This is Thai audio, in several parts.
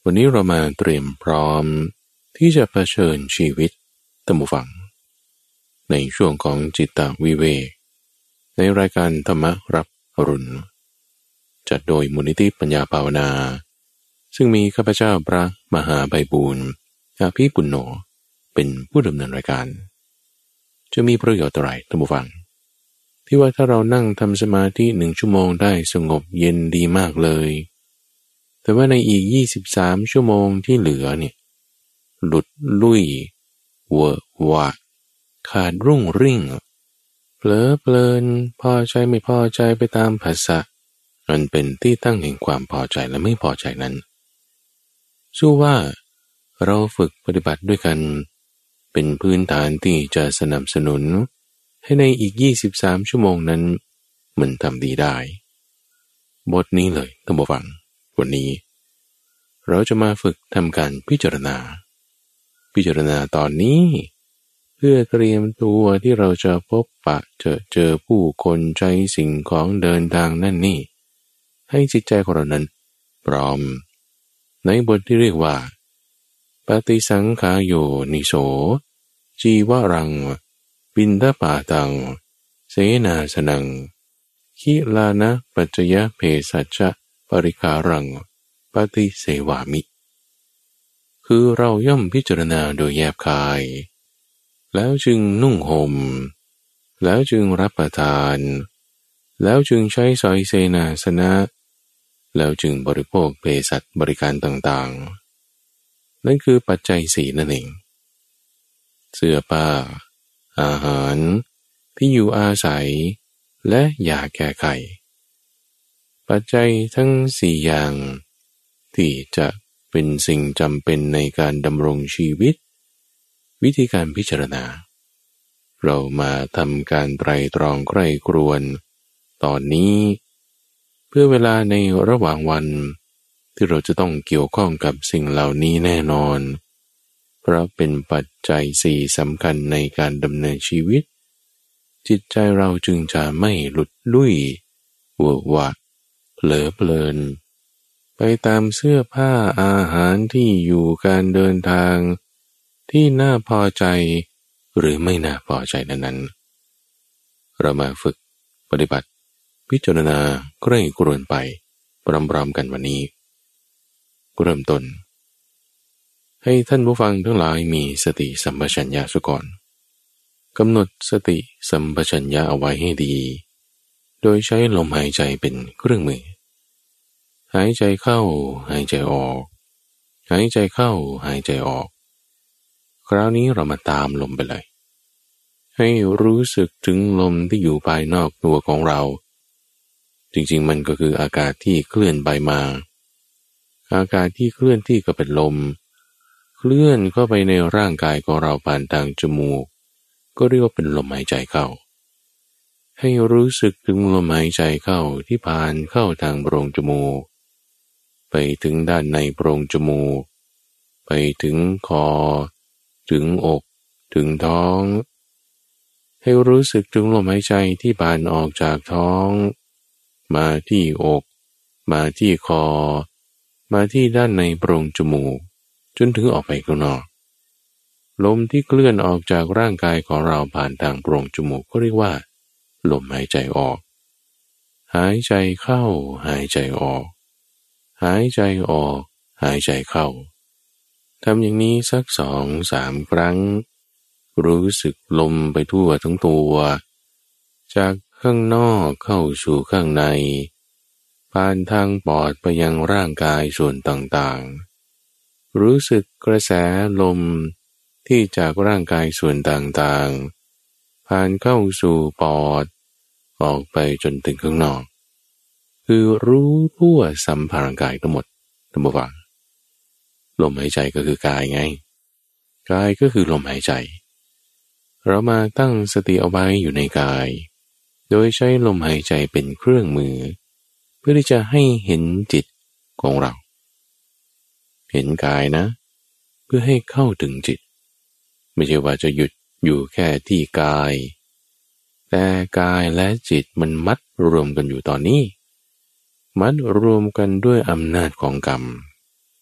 วันนี้เรามาเตรียมพร้อมที่จะเผชิญชีวิตท่านผู้ฟังในช่วงของจิตตวิเวกในรายการธรรมรับอรุณจัดโดยมูลนิธิปัญญาภาวนาซึ่งมีข้าพเจ้าพระมหาไพบูลย์อาภีปุณโญเป็นผู้ดำเนินรายการจะมีประโยชน์อะไรท่านผู้ฟังที่ว่าถ้าเรานั่งทำสมาธิ1 ชั่วโมงได้สงบเย็นดีมากเลยแต่ว่าในอีก23 ชั่วโมงที่เหลือเนี่ยหลุดลุ่ยเวอะวะขาดรุ่งริ่งเผลอเพลินพอใจไม่พอใจไปตามภาษามันเป็นที่ตั้งแห่งความพอใจและไม่พอใจนั้นสู้ว่าเราฝึกปฏิบัติด้วยกันเป็นพื้นฐานที่จะสนับสนุนให้ในอีก23 ชั่วโมงนั้นมันทำดีได้บทนี้เลยท่านผู้ฟังวันนี้เราจะมาฝึกทำการพิจารณาตอนนี้เพื่อเตรียมตัวที่เราจะพบปะเจอผู้คนใช้สิ่งของเดินทางนั่นนี่ให้จิตใจของเรานั้นพร้อมในบทที่เรียกว่าปฏิสังขารโยนิโสจีวรังบิณฑบาตังเสนาสนังคิลานะปัจจยเพสัชชะปริคารังปฏิเสวามิคือเราย่อมพิจารณาโดยแยบคายแล้วจึงนุ่งห่มแล้วจึงรับประทานแล้วจึงใช้สอยเสนาสนะแล้วจึงบริโภคเภสัชบริการต่างๆนั่นคือปัจจัยสี่นั่นเองเสื้อผ้าอาหารที่อยู่อาศัยและยาแก้ไขปัจจัยทั้งสี่อย่างที่จะเป็นสิ่งจำเป็นในการดำรงชีวิตวิธีการพิจารณาเรามาทำการไตร่ตรองใคร่ครวญตอนนี้เพื่อเวลาในระหว่างวันที่เราจะต้องเกี่ยวข้องกับสิ่งเหล่านี้แน่นอนเพราะเป็นปัจจัยสี่สำคัญในการดำเนินชีวิตจิตใจเราจึงจะไม่หลุดลุ่ยเวอะวะเผลอเพลินไปตามเสื้อผ้าอาหารที่อยู่การเดินทางที่น่าพอใจหรือไม่น่าพอใจนั้นเรามาฝึกปฏิบัติพิจารณาใกล้กรวนไปพร้อมๆกันวันนี้เริ่มต้นให้ท่านผู้ฟังทั้งหลายมีสติสัมปชัญญะซะก่อนกำหนดสติสัมปชัญญะเอาไว้ให้ดีโดยใช้ลมหายใจเป็นเครื่องมือหายใจเข้าหายใจออกหายใจเข้าหายใจออกคราวนี้เรามาตามลมไปเลยให้รู้สึกถึงลมที่อยู่ภายนอกตัวของเราจริงๆมันก็คืออากาศที่เคลื่อนไปมาอากาศที่เคลื่อนที่ก็เป็นลมเคลื่อนเข้าไปในร่างกายของเราผ่านทางจมูกก็เรียกว่าเป็นลมหายใจเข้าให้รู้สึกถึงลมหายใจเข้าที่ผ่านเข้าทางโพรงจมูกไปถึงด้านในโพรงจมูกไปถึงคอถึงอกถึงท้องให้รู้สึกถึงลมหายใจที่ผ่านออกจากท้องมาที่อกมาที่คอมาที่ด้านในโพรงจมูกจนถึงออกไปข้างนอกลมที่เคลื่อนออกจากร่างกายของเราผ่านทางโพรงจมูกก็เรียกว่าลมหายใจออกหายใจเข้าหายใจออกหายใจออกหายใจเข้าทำอย่างนี้สัก2-3 ครั้งรู้สึกลมไปทั่วทั้งตัวจากข้างนอกเข้าสู่ข้างในผ่านทางปอดไปยังร่างกายส่วนต่างๆรู้สึกกระแสลมที่จากร่างกายส่วนต่างๆผ่านเข้าสู่ปอดออกไปจนถึงข้างนอกคือรู้ทั่วสัมผัสร่างกายทั้งหมดทั้งหมดลมหายใจก็คือกายไงกายก็คือลมหายใจเรามาตั้งสติเอาไว้อยู่ในกายโดยใช้ลมหายใจเป็นเครื่องมือเพื่อที่จะให้เห็นจิตของเราเห็นกายนะเพื่อให้เข้าถึงจิตไม่ใช่ว่าจะหยุดอยู่แค่ที่กายแต่กายและจิตมันมัดรวมกันอยู่ตอนนี้มัดรวมกันด้วยอำนาจของกรรม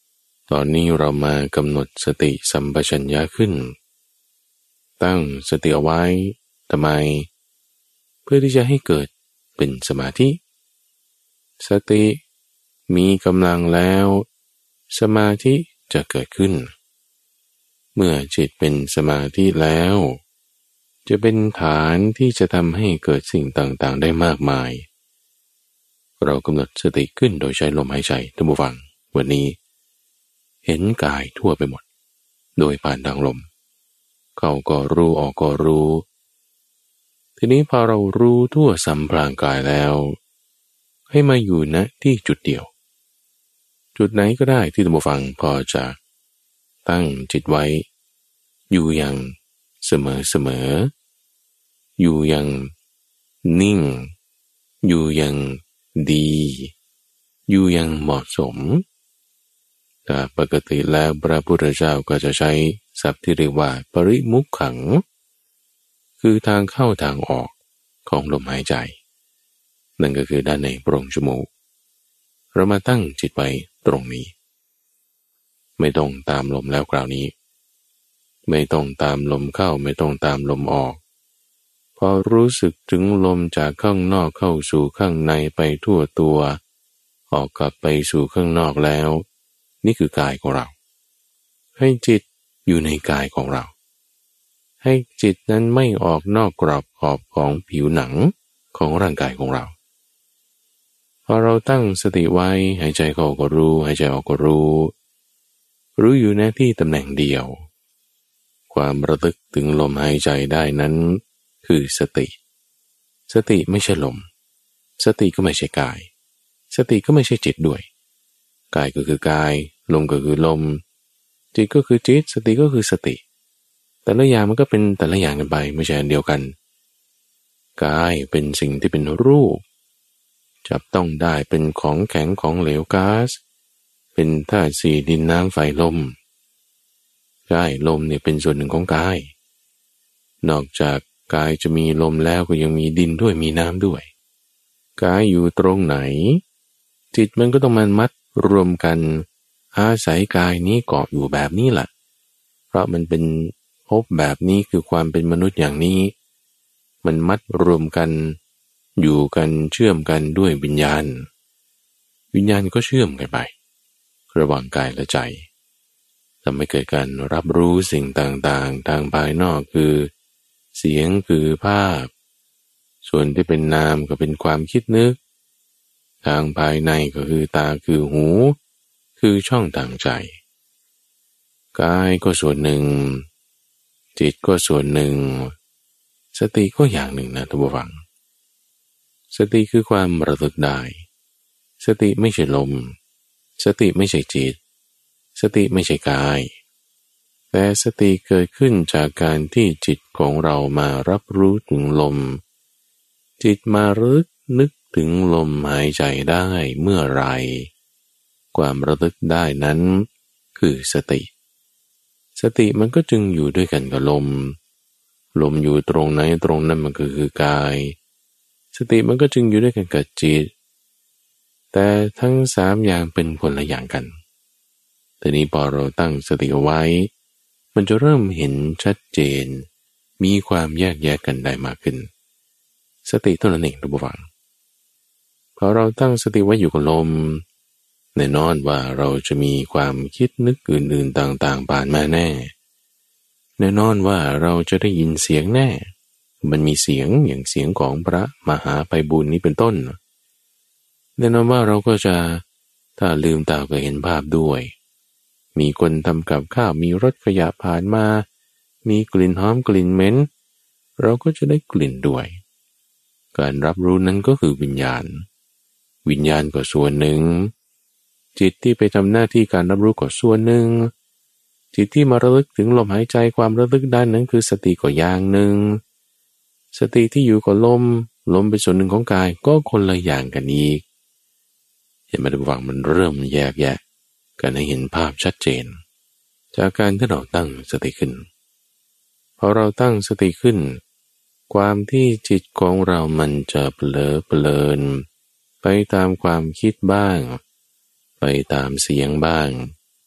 ตอนนี้เรามากำหนดสติสัมปชัญญะขึ้นตั้งสติเอาไว้ทำไมเพื่อที่จะให้เกิดเป็นสมาธิสติมีกำลังแล้วสมาธิจะเกิดขึ้นเมื่อจิตเป็นสมาธิแล้วจะเป็นฐานที่จะทำให้เกิดสิ่งต่างๆได้มากมายเรากำหนดสติขึ้นโดยใช้ลมหายใจท่านผู้ฟังวันนี้เห็นกายทั่วไปหมดโดยผ่านทางลมเข้าก็รู้ออกก็รู้ทีนี้พอเรารู้ทั่วสัมพรางกายแล้วให้มาอยู่ณที่จุดเดียวจุดไหนก็ได้ที่ท่านผู้ฟังพอจะตั้งจิตไว้อยู่อย่างเสมออยู่อย่างนิ่งอยู่อย่างดีอยู่อย่างเหมาะสมแต่ปกติแล้วพระพุทธเจ้าก็จะใช้ศัพท์ที่เรียกว่าปริมุขขังคือทางเข้าทางออกของลมหายใจนั่นก็คือด้านในโพรงจมูกเรามาตั้งจิตไว้ตรงนี้ไม่ต้องตามลมแล้วคราวนี้ไม่ต้องตามลมเข้าไม่ต้องตามลมออกพอรู้สึกถึงลมจากข้างนอกเข้าสู่ข้างในไปทั่วตัวออกกลับไปสู่ข้างนอกแล้วนี่คือกายของเราให้จิตอยู่ในกายของเราให้จิตนั้นไม่ออกนอกกรอบขอบของผิวหนังของร่างกายของเราพอเราตั้งสติไว้หายใจเข้าก็รู้หายใจออกก็รู้อยู่ในที่ตำแหน่งเดียวความระลึกถึงลมหายใจได้นั้นคือสติไม่ใช่ลมสติก็ไม่ใช่กายสติก็ไม่ใช่จิตด้วยกายก็คือกายลมก็คือลมจิตก็คือจิตสติก็คือสติแต่ละอย่างมันก็เป็นแต่ละอย่างกันไปไม่ใช่อันเดียวกันกายเป็นสิ่งที่เป็นรูปจับต้องได้เป็นของแข็งของเหลวก๊าซเป็นธาตุสี่ดินน้ำไฟลมกายลมเนี่ยเป็นส่วนหนึ่งของกายนอกจากกายจะมีลมแล้วก็ยังมีดินด้วยมีน้ำด้วยกายอยู่ตรงไหนจิตมันก็ต้องมันมัดรวมกันอาศัยกายนี้เกาะอยู่แบบนี้แหละเพราะมันเป็นภพแบบนี้คือความเป็นมนุษย์อย่างนี้มันมัดรวมกันอยู่กันเชื่อมกันด้วยวิญญาณก็เชื่อมกันไประหว่างกายและใจทำให้เกิดการรับรู้สิ่งต่างๆทางภายนอกคือเสียงคือภาพส่วนที่เป็นนามก็เป็นความคิดนึกทางภายในก็คือตาคือหูคือช่องทางใจกายก็ส่วนหนึ่งจิตก็ส่วนหนึ่งสติก็อย่างหนึ่งนะท่านผู้ฟังสติคือความระลึกได้สติไม่ใช่ลมสติไม่ใช่จิตสติไม่ใช่กายแต่สติเกิดขึ้นจากการที่จิตของเรามารับรู้ถึงลมจิตมารึกนึกถึงลมหายใจได้เมื่อไรความระลึกได้นั้นคือสติมันก็จึงอยู่ด้วยกันกับลมอยู่ตรงไหนตรงนั้นมันก็คือกายสติมันก็จึงอยู่ด้วยกันกับจิตแต่ทั้งสามอย่างเป็นคนละอย่างกันแต่นี้พอเราตั้งสติเอาไว้มันจะเริ่มเห็นชัดเจนมีความแยกแยะกันได้มากขึ้นสติเท่านั้นเองท่านผู้ฟังพอเราตั้งสติไว้อยู่กับลมแน่นอนว่าเราจะมีความคิดนึกอื่นๆต่างๆผ่านมาแน่นอนว่าเราจะได้ยินเสียงแน่มันมีเสียงอย่างเสียงของพระมหาไพบูลย์นี้เป็นต้นแน่นอนว่าเราก็จะถ้าลืมตาก็เห็นภาพด้วยมีคนทำกับข้าวมีรถขยะผ่านมามีกลิ่นหอมกลิ่นเหม็นเราก็จะได้กลิ่นด้วยการรับรู้นั้นก็คือวิญญาณก็ส่วนหนึ่งจิตที่ไปทำหน้าที่การรับรู้ก็ส่วนหนึ่งจิตที่มาระลึกถึงลมหายใจความระลึกด้านนั้นคือสติก็อย่างหนึ่งสติที่อยู่กับลมเป็นส่วนหนึ่งของกายก็คนละอย่างกันอีกเห็นไหมท่านผู้ฟังมันเริ่มแยกแยะกันให้เห็นภาพชัดเจนจากการที่เราตั้งสติขึ้นพอเราตั้งสติขึ้นความที่จิตของเรามันจะเผลอไปตามความคิดบ้างไปตามเสียงบ้าง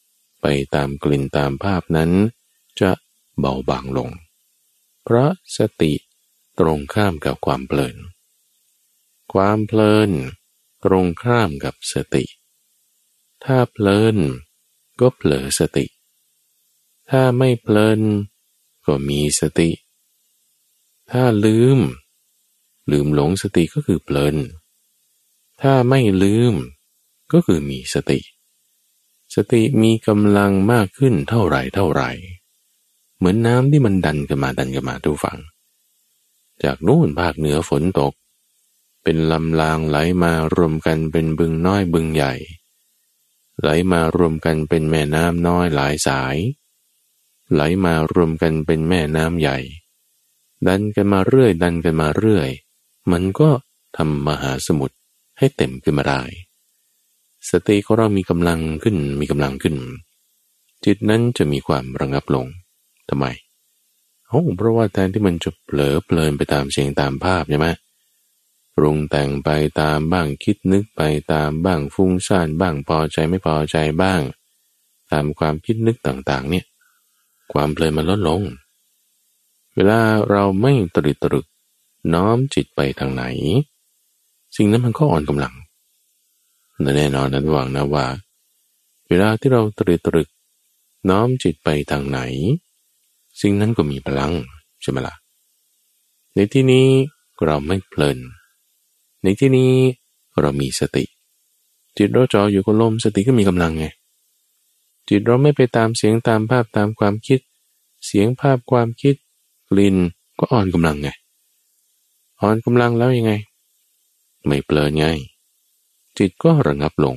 ไปตามกลิ่นตามภาพนั้นจะเบาบางลงเพราะสติตรงข้ามกับความเพลินความเพลินตรงข้ามกับสติถ้าเพลินก็เผลอสติถ้าไม่เพลินก็มีสติถ้าลืมหลงสติก็คือเพลินถ้าไม่ลืมก็คือมีสติสติมีกำลังมากขึ้นเท่าไหร่เหมือนน้ำที่มันดันกันมาทุกฝั่งจากนู่นภาคเหนือฝนตกเป็นลำรางไหลมารวมกันเป็นบึงน้อยบึงใหญ่ไหลมารวมกันเป็นแม่น้ำน้อยหลายสายไหลมารวมกันเป็นแม่น้ำใหญ่ดันกันมาเรื่อยมันก็ทำมหาสมุทรให้เต็มขึ้นมาได้สติของเรามีกำลังขึ้นจิตนั้นจะมีความระงับลงทำไมเพราะว่าแทนที่มันจะเผลอเพลินไปตามเสียงตามภาพใช่ไหมปรุงแต่งไปตามบ้างคิดนึกไปตามบ้างฟุ้งซ่านบ้างพอใจไม่พอใจบ้างตามความคิดนึกต่างๆเนี่ยความเพลินมันลดลงเวลาเราไม่ตรึกน้อมจิตไปทางไหนสิ่งนั้นมันก็อ่อนกำลังแน่นอนนะระวังนะว่าเวลาที่เราตรึกน้อมจิตไปทางไหนสิ่งนั้นก็มีพลังใช่ไหมล่ะในที่นี้เราไม่เพลินในที่นี้เรามีสติจิตเราจ่ออยู่กับลมสติก็มีกำลังไงจิตเราไม่ไปตามเสียงตามภาพตามความคิดเสียงภาพความคิดกลิ่นก็อ่อนกำลังไงอ่อนกำลังแล้วยังไงไม่เพลินไงจิตก็ระงับลง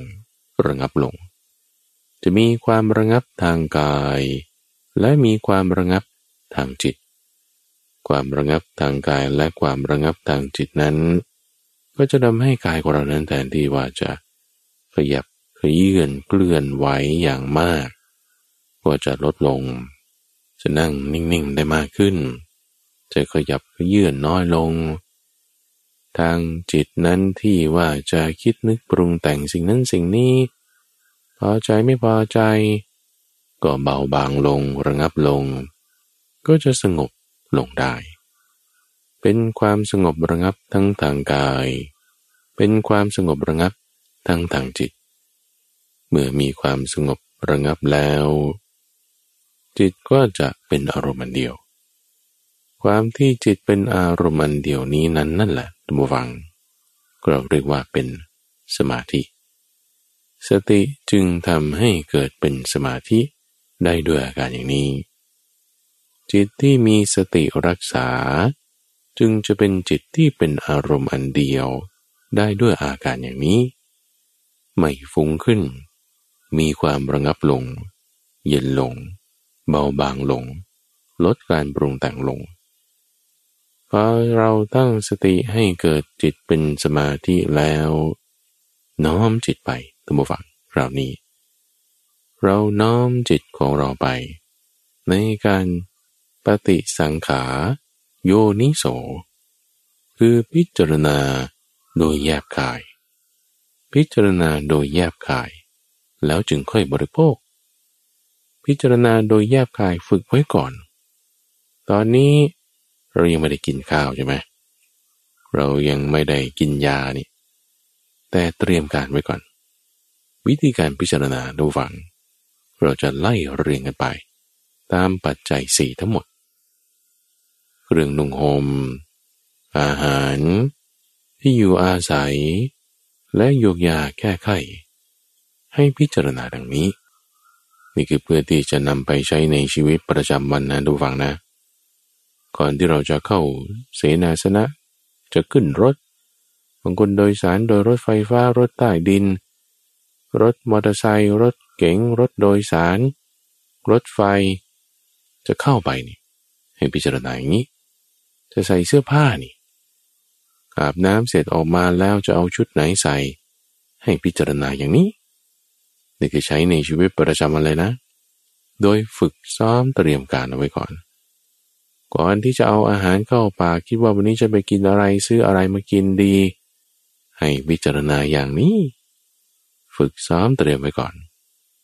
จะมีความระงับทางกายและมีความระงับทางจิตความระงับทางกายและความระงับทางจิตนั้นก็จะทำให้กายของเรานั้นแทนที่ว่าจะขยับเขยื่อนเคลื่อนไหวอย่างมากก็จะลดลงจะนั่งนิ่งๆได้มากขึ้นจะขยับเขยื่อนน้อยลงทางจิตนั้นที่ว่าจะคิดนึกปรุงแต่งสิ่งนั้นสิ่งนี้พอใจไม่พอใจก็เบาบางลงระงับลงก็จะสงบลงได้เป็นความสงบระงับทั้งทางกายเป็นความสงบระงับทั้งทางจิตเมื่อมีความสงบระงับแล้วจิตก็จะเป็นอารมณ์อันเดียวความที่จิตเป็นอารมณ์อันเดียวนี้นั่นแหละท่านผู้ฟังเราเรียกว่าเป็นสมาธิสติจึงทำให้เกิดเป็นสมาธิได้ด้วยอาการอย่างนี้จิตที่มีสติรักษาจึงจะเป็นจิตที่เป็นอารมณ์อันเดียวได้ด้วยอาการอย่างนี้ไม่ฟุ้งขึ้นมีความระงับลงเย็นลงเบาบางลงลดการปรุงแต่งลงพอเราตั้งสติให้เกิดจิตเป็นสมาธิแล้วน้อมจิตไปท่านผู้ฟังคราวนี้เราน้อมจิตของเราไปในการปฏิสังขารโยนิโสคือพิจารณาโดยแยบคายพิจารณาโดยแยบคายแล้วจึงค่อยบริโภคพิจารณาโดยแยบคายฝึกไว้ก่อนตอนนี้เรายังไม่ได้กินข้าวใช่ไหมเรายังไม่ได้กินยานี่แต่เตรียมการไว้ก่อนวิธีการพิจารณาดูฟังเราจะไล่เรียงกันไปตามปัจจัยสี่ทั้งหมดเครื่องนุ่งห่มอาหารที่อยู่อาศัยและโยกยาแก้ไขให้พิจารณาดังนี้นี่คือเพื่อที่จะนำไปใช้ในชีวิตประจำวันนะดูฟังนะก่อนที่เราจะเข้าเสนาสนะจะขึ้นรถบางคนโดยสารโดยรถไฟฟ้ารถใต้ดินรถมอเตอร์ไซค์รถเก๋งรถโดยสารรถไฟจะเข้าไปนี่ให้พิจารณาอย่างนี้จะใส่เสื้อผ้านี่อาบน้ำเสร็จออกมาแล้วจะเอาชุดไหนใส่ให้พิจารณาอย่างนี้นี่คือใช้ในชีวิตประจำวันเลยนะโดยฝึกซ้อมเตรียมการเอาไว้ก่อนที่จะเอาอาหารเข้าปากคิดว่าวันนี้จะไปกินอะไรซื้ออะไรมากินดีให้พิจารณาอย่างนี้ฝึกซ้อมเตรียมไว้ก่อน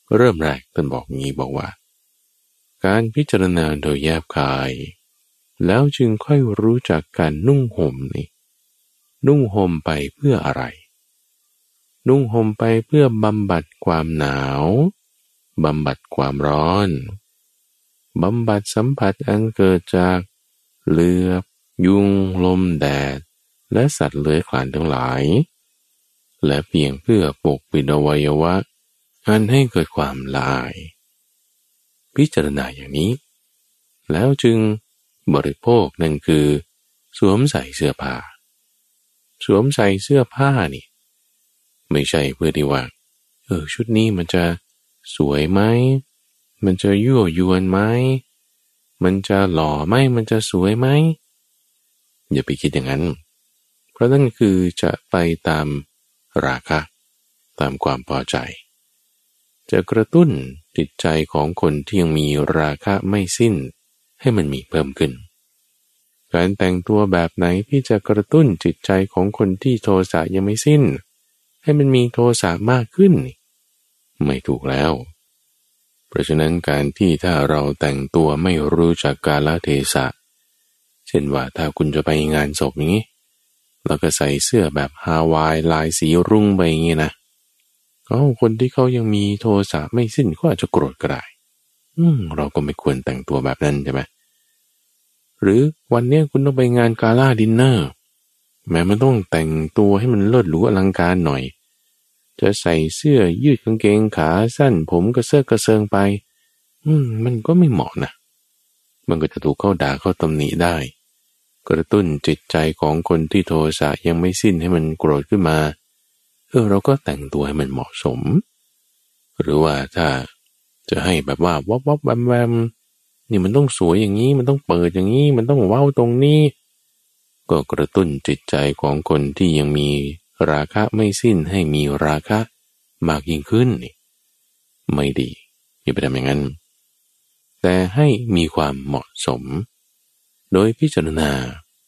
เริ่มแรกท่านบอกงี้บอกว่าการพิจารณาโดยแยบคายแล้วจึงค่อยรู้จักการนุ่งห่มนี่นุ่งห่มไปเพื่ออะไรนุ่งห่มไปเพื่อบำบัดความหนาวบำบัดความร้อนบำบัดสัมผัสอันเกิดจากเหลือบยุงลมแดดและสัตว์เลื้อยคลานทั้งหลายและเพียงเพื่อปกปิดอวัยวะอันให้เกิดความละอายพิจารณาอย่างนี้แล้วจึงบริโภคนั่นคือสวมใส่เสื้อผ้าสวมใส่เสื้อผ้านี่ไม่ใช่เพื่อที่ว่าชุดนี้มันจะสวยไหมมันจะยั่วยวนไหมมันจะหล่อไหมมันจะสวยไหมอย่าไปคิดอย่างนั้นเพราะนั่นคือจะไปตามราคะตามความพอใจจะกระตุ้นจิตใจของคนที่ยังมีราคะไม่สิ้นให้มันมีเพิ่มขึ้นการแต่งตัวแบบไหนที่จะกระตุ้นจิตใจของคนที่โทสะยังไม่สิ้นให้มันมีโทสะมากขึ้นไม่ถูกแล้วเพราะฉะนั้นการที่ถ้าเราแต่งตัวไม่รู้จักกาลเทศะเช่นว่าถ้าคุณจะไปงานศพอย่างนี้เราก็ใส่เสื้อแบบฮาวายลายสีรุ้งไปอย่างนี้นะคนที่เขายังมีโทสะไม่สิ้นก็อาจจะโกรธก็ได้เราก็ไม่ควรแต่งตัวแบบนั้นใช่ไหมหรือวันนี้คุณต้องไปงานกาล่าดินเนอร์แม้มันต้องแต่งตัวให้มันเลิศหรูอลังการหน่อยจะใส่เสื้อยืดกางเกงขาสั้นผมกระเซาะกระเซิงไปมันก็ไม่เหมาะนะมันก็จะถูกเข้าด่าเข้าตำหนิได้กระตุ้นจิตใจของคนที่โทสะยังไม่สิ้นให้มันโกรธขึ้นมาเราก็แต่งตัวให้มันเหมาะสมหรือว่าถ้าจะให้แบบว่าวับวับแวมแวมนี่มันต้องสวยอย่างนี้มันต้องเปิดอย่างนี้มันต้องเว้าตรงนี้ก็กระตุ้นจิตใจของคนที่ยังมีราคะไม่สิ้นให้มีราคะมากยิ่งขึ้นนี่ไม่ดีอย่าไปทำอย่างนั้นแต่ให้มีความเหมาะสมโดยพิจารณา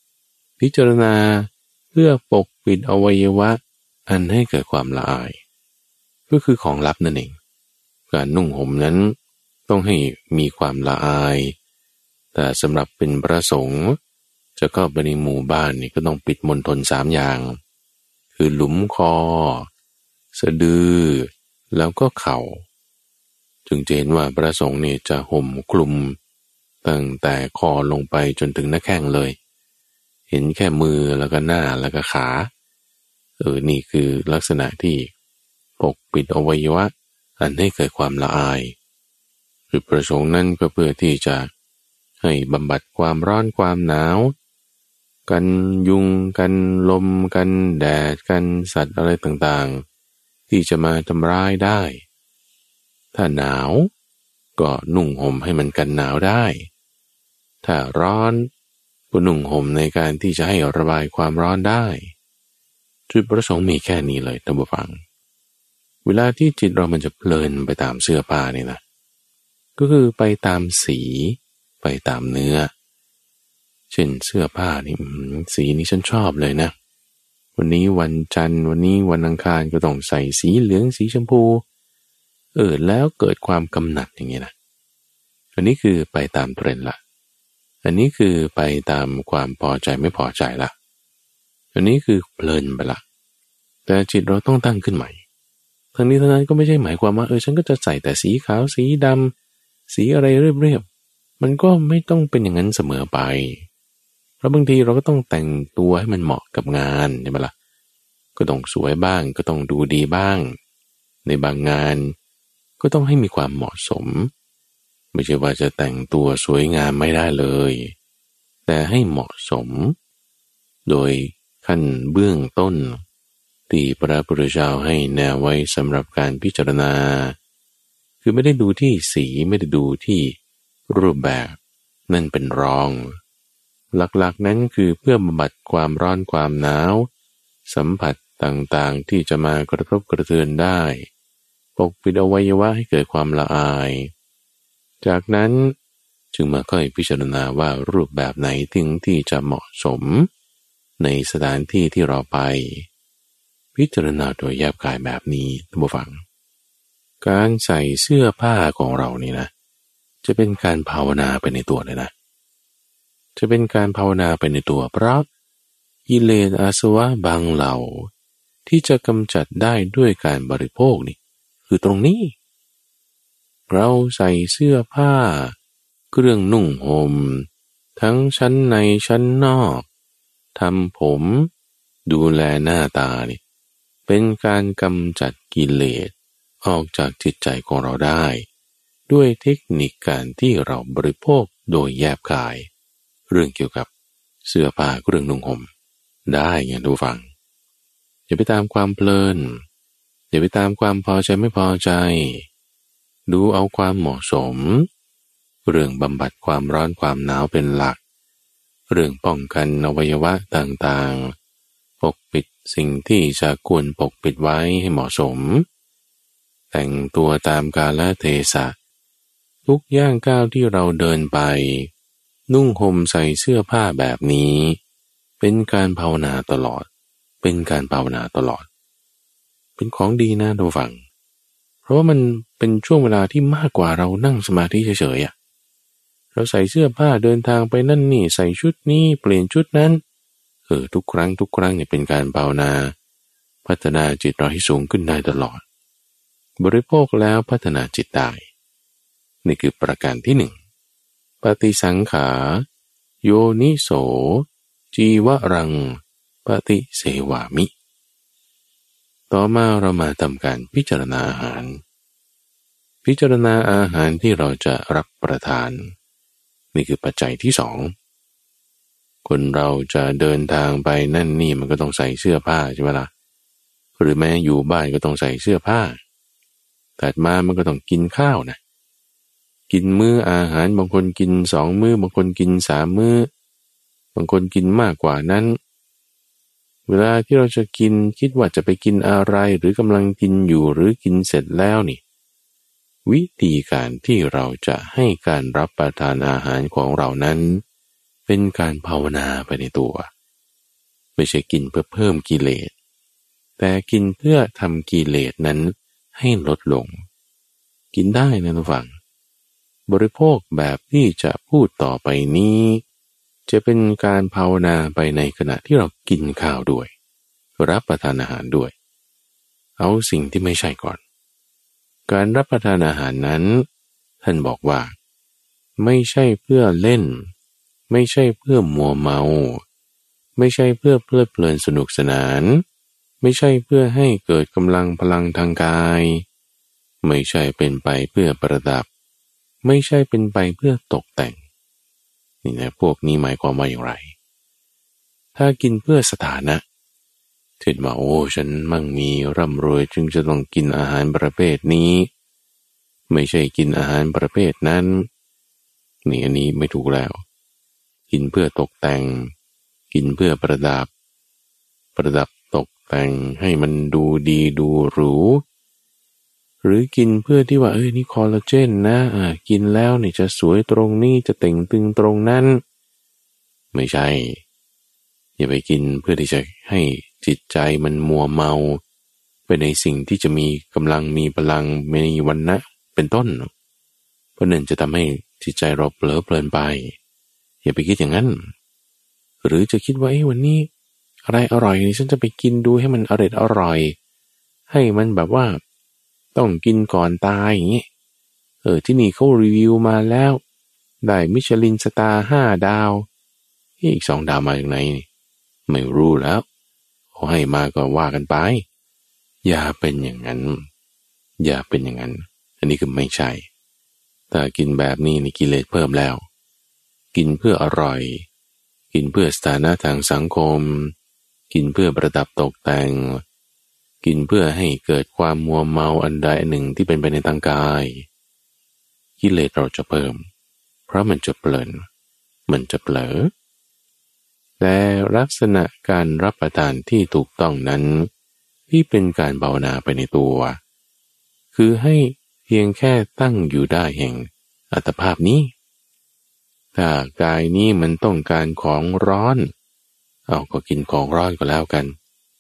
เพื่อปกปิดอวัยวะอันให้เกิดความละอายก็คือของลับนั่นเองการนุ่งห่มนั้นต้องให้มีความละอายแต่สำหรับเป็นพระสงฆ์จะเข้าไปในหมู่บ้านนี่ก็ต้องปิดมณฑล3อย่างคือหลุมคอสะดือแล้วก็เข่าจึงจะเห็นว่าพระสงฆ์เนี่ยจะห่มคลุมตั้งแต่คอลงไปจนถึงหน้าแข้งเลยเห็นแค่มือแล้วก็หน้าแล้วก็ขานี่คือลักษณะที่ปกปิดอวัยวะอันให้เกิดความละอายจุดประสงค์นั้นก็เพื่อที่จะให้บำบัดความร้อนความหนาวกันยุงกันลมกันแดดกันสัตว์อะไรต่างๆที่จะมาทำร้ายได้ถ้าหนาวก็นุ่งห่มให้มันกันหนาวได้ถ้าร้อนก็นุ่งห่มในการที่จะให้ระบายความร้อนได้จุดประสงค์มีแค่นี้เลยท่านผู้ฟังเวลาที่จิตเรามันจะเพลินไปตามเสื้อผ้านี่นะก็คือไปตามสีไปตามเนื้อเช่นเสื้อผ้านี่สีนี้ฉันชอบเลยนะวันนี้วันจันทร์วันนี้วันอังคารก็ต้องใส่สีเหลืองสีชมพูแล้วเกิดความกำหนัดอย่างนี้นะอันนี้คือไปตามเทรนด์ละอันนี้คือไปตามความพอใจไม่พอใจละอันนี้คือเพลินไปละแต่จิตเราต้องตั้งขึ้นใหม่ทั้งนี้ทั้งนั้นก็ไม่ใช่หมายความว่าฉันก็จะใส่แต่สีขาวสีดำสีอะไรเรียบๆมันก็ไม่ต้องเป็นอย่างนั้นเสมอไปเพราะบางทีเราก็ต้องแต่งตัวให้มันเหมาะกับงานใช่ไหมล่ะก็ต้องสวยบ้างก็ต้องดูดีบ้างในบางงานก็ต้องให้มีความเหมาะสมไม่ใช่ว่าจะแต่งตัวสวยงามไม่ได้เลยแต่ให้เหมาะสมโดยขั้นเบื้องต้นที่พระพุทธเจ้าให้แนวไว้สำหรับการพิจารณาคือไม่ได้ดูที่สีไม่ได้ดูที่รูปแบบนั่นเป็นรองหลักๆนั้นคือเพื่อบำบัดความร้อนความหนาวสัมผัสต่างๆที่จะมากระทบกระเทือนได้ปกปิดอวัยวะให้เกิดความละอายจากนั้นจึงมาค่อยพิจารณาว่ารูปแบบไหนที่จะเหมาะสมในสถานที่ที่เราไปพิจารณาโดยแยบกายแบบนี้ท่านผู้ฟังการใส่เสื้อผ้าของเรานี่นะจะเป็นการภาวนาไปในตัวเลยนะจะเป็นการภาวนาไปในตัวเพราะกิเลสอาสวะบางเหล่าที่จะกำจัดได้ด้วยการบริโภคนี่คือตรงนี้เราใส่เสื้อผ้าเครื่องนุ่งห่มทั้งชั้นในชั้นนอกทำผมดูแลหน้าตานี่เป็นการกำจัดกิเลสออกจากจิตใจของเราได้ด้วยเทคนิคการที่เราบริโภคโดยแยบกายเรื่องเกี่ยวกับเสื้อผ้าเครื่องนุ่งห่มได้ไงทุกฝังอย่าไปตามความเพลินอย่าไปตามความพอใจไม่พอใจดูเอาความเหมาะสมเรื่องบำบัดความร้อนความหนาวเป็นหลักเรื่องป้องกันอวัยวะต่างๆปกปิดสิ่งที่จะควรปกปิดไว้ให้เหมาะสมแต่งตัวตามกาลเทศะทุกย่างก้าวที่เราเดินไปนุ่งห่มใส่เสื้อผ้าแบบนี้เป็นการภาวนาตลอดเป็นการภาวนาตลอดเป็นของดีนะทุกฝั่งเพราะว่ามันเป็นช่วงเวลาที่มากกว่าเรานั่งสมาธิเฉยๆเราใส่เสื้อผ้าเดินทางไปนั่นนี่ใส่ชุดนี้เปลี่ยนชุดนั้นทุกครั้งเนี่ยเป็นการภาวนาพัฒนาจิตเราให้สูงขึ้นได้ตลอดบริโภคแล้วพัฒนาจิตได้นี่คือประการที่หนึ่งปฏิสังขาโยนิโสจีวรังปฏิเสวามิต่อมาเรามาทำการพิจารณาอาหารที่เราจะรับประทานนี่คือปัจจัยที่สองคนเราจะเดินทางไปนั่นนี่มันก็ต้องใส่เสื้อผ้าใช่ไหมล่ะหรือแม้อยู่บ้านก็ต้องใส่เสื้อผ้าถัดมามันก็ต้องกินข้าวนะกินมื้ออาหารบางคนกิน2 มื้อบางคนกิน3 มื้อบางคนกินมากกว่านั้นเวลาที่เราจะกินคิดว่าจะไปกินอะไรหรือกำลังกินอยู่หรือกินเสร็จแล้วนี่วิธีการที่เราจะให้การรับประทานอาหารของเรานั้นเป็นการภาวนาไปในตัวไม่ใช่กินเพื่อเพิ่มกิเลสแต่กินเพื่อทำกิเลสนั้นให้ลดลงกินได้นะทุกฝั่งบริโภคแบบที่จะพูดต่อไปนี้จะเป็นการภาวนาไปในขณะที่เรากินข้าวด้วยรับประทานอาหารด้วยเอาสิ่งที่ไม่ใช่ก่อนการรับประทานอาหารนั้นท่านบอกว่าไม่ใช่เพื่อเล่นไม่ใช่เพื่อมัวเมาไม่ใช่เพื่อเพลิดเพลินสนุกสนานไม่ใช่เพื่อให้เกิดกำลังพลังทางกายไม่ใช่เป็นไปเพื่อประดับไม่ใช่เป็นไปเพื่อตกแต่งนี่นะพวกนี้หมายความว่าอย่างไรถ้ากินเพื่อสถานะเช่นว่าโอ้ฉันมั่งมีร่ำรวยจึงจะต้องกินอาหารประเภทนี้ไม่ใช่กินอาหารประเภทนั้นนี่อันนี้ไม่ถูกแล้วกินเพื่อตกแต่งกินเพื่อประดับตกแต่งให้มันดูดีดูหรูหรือกินเพื่อที่ว่านี่คอลลาเจนนะกินแล้วนี่จะสวยตรงนี้จะเต่งตึงตรงนั้นไม่ใช่อย่าไปกินเพื่อที่จะให้จิตใจมันมัวเมาไปในสิ่งที่จะมีกำลังมีพลังมีวันนะเป็นต้นเพราะนั่นจะทำให้จิตใจเราเผลอเพลินไปอย่าไปคิดอย่างนั้นหรือจะคิดว่าวันนี้อะไรอร่อยนี่ฉันจะไปกินดูให้มันอร่อยให้มันแบบว่าต้องกินก่อนตายอย่างนี้ที่นี่เขารีวิวมาแล้วได้มิชลินสตาร์5 ดาวอีก2 ดาวมาจากไหนไม่รู้แล้วเขาให้มาก็ว่ากันไปอย่าเป็นอย่างนั้นอันนี้คือไม่ใช่ถ้ากินแบบนี้นี่กิเลสเพิ่มแล้วกินเพื่ออร่อยกินเพื่อสถานะทางสังคมกินเพื่อประดับตกแต่งกินเพื่อให้เกิดความมัวเมาอันใดอันหนึ่งที่เป็นไปในทางกายกิเลสเราจะเพิ่มเพราะมันจะเพลินมันจะเผลอแต่ลักษณะการรับประทานที่ถูกต้องนั้นที่เป็นการภาวนาไปในตัวคือให้เพียงแค่ตั้งอยู่ได้แห่งอัตภาพนี้ถ้ากายนี้มันต้องการของร้อนก็กินของร้อนก็แล้วกัน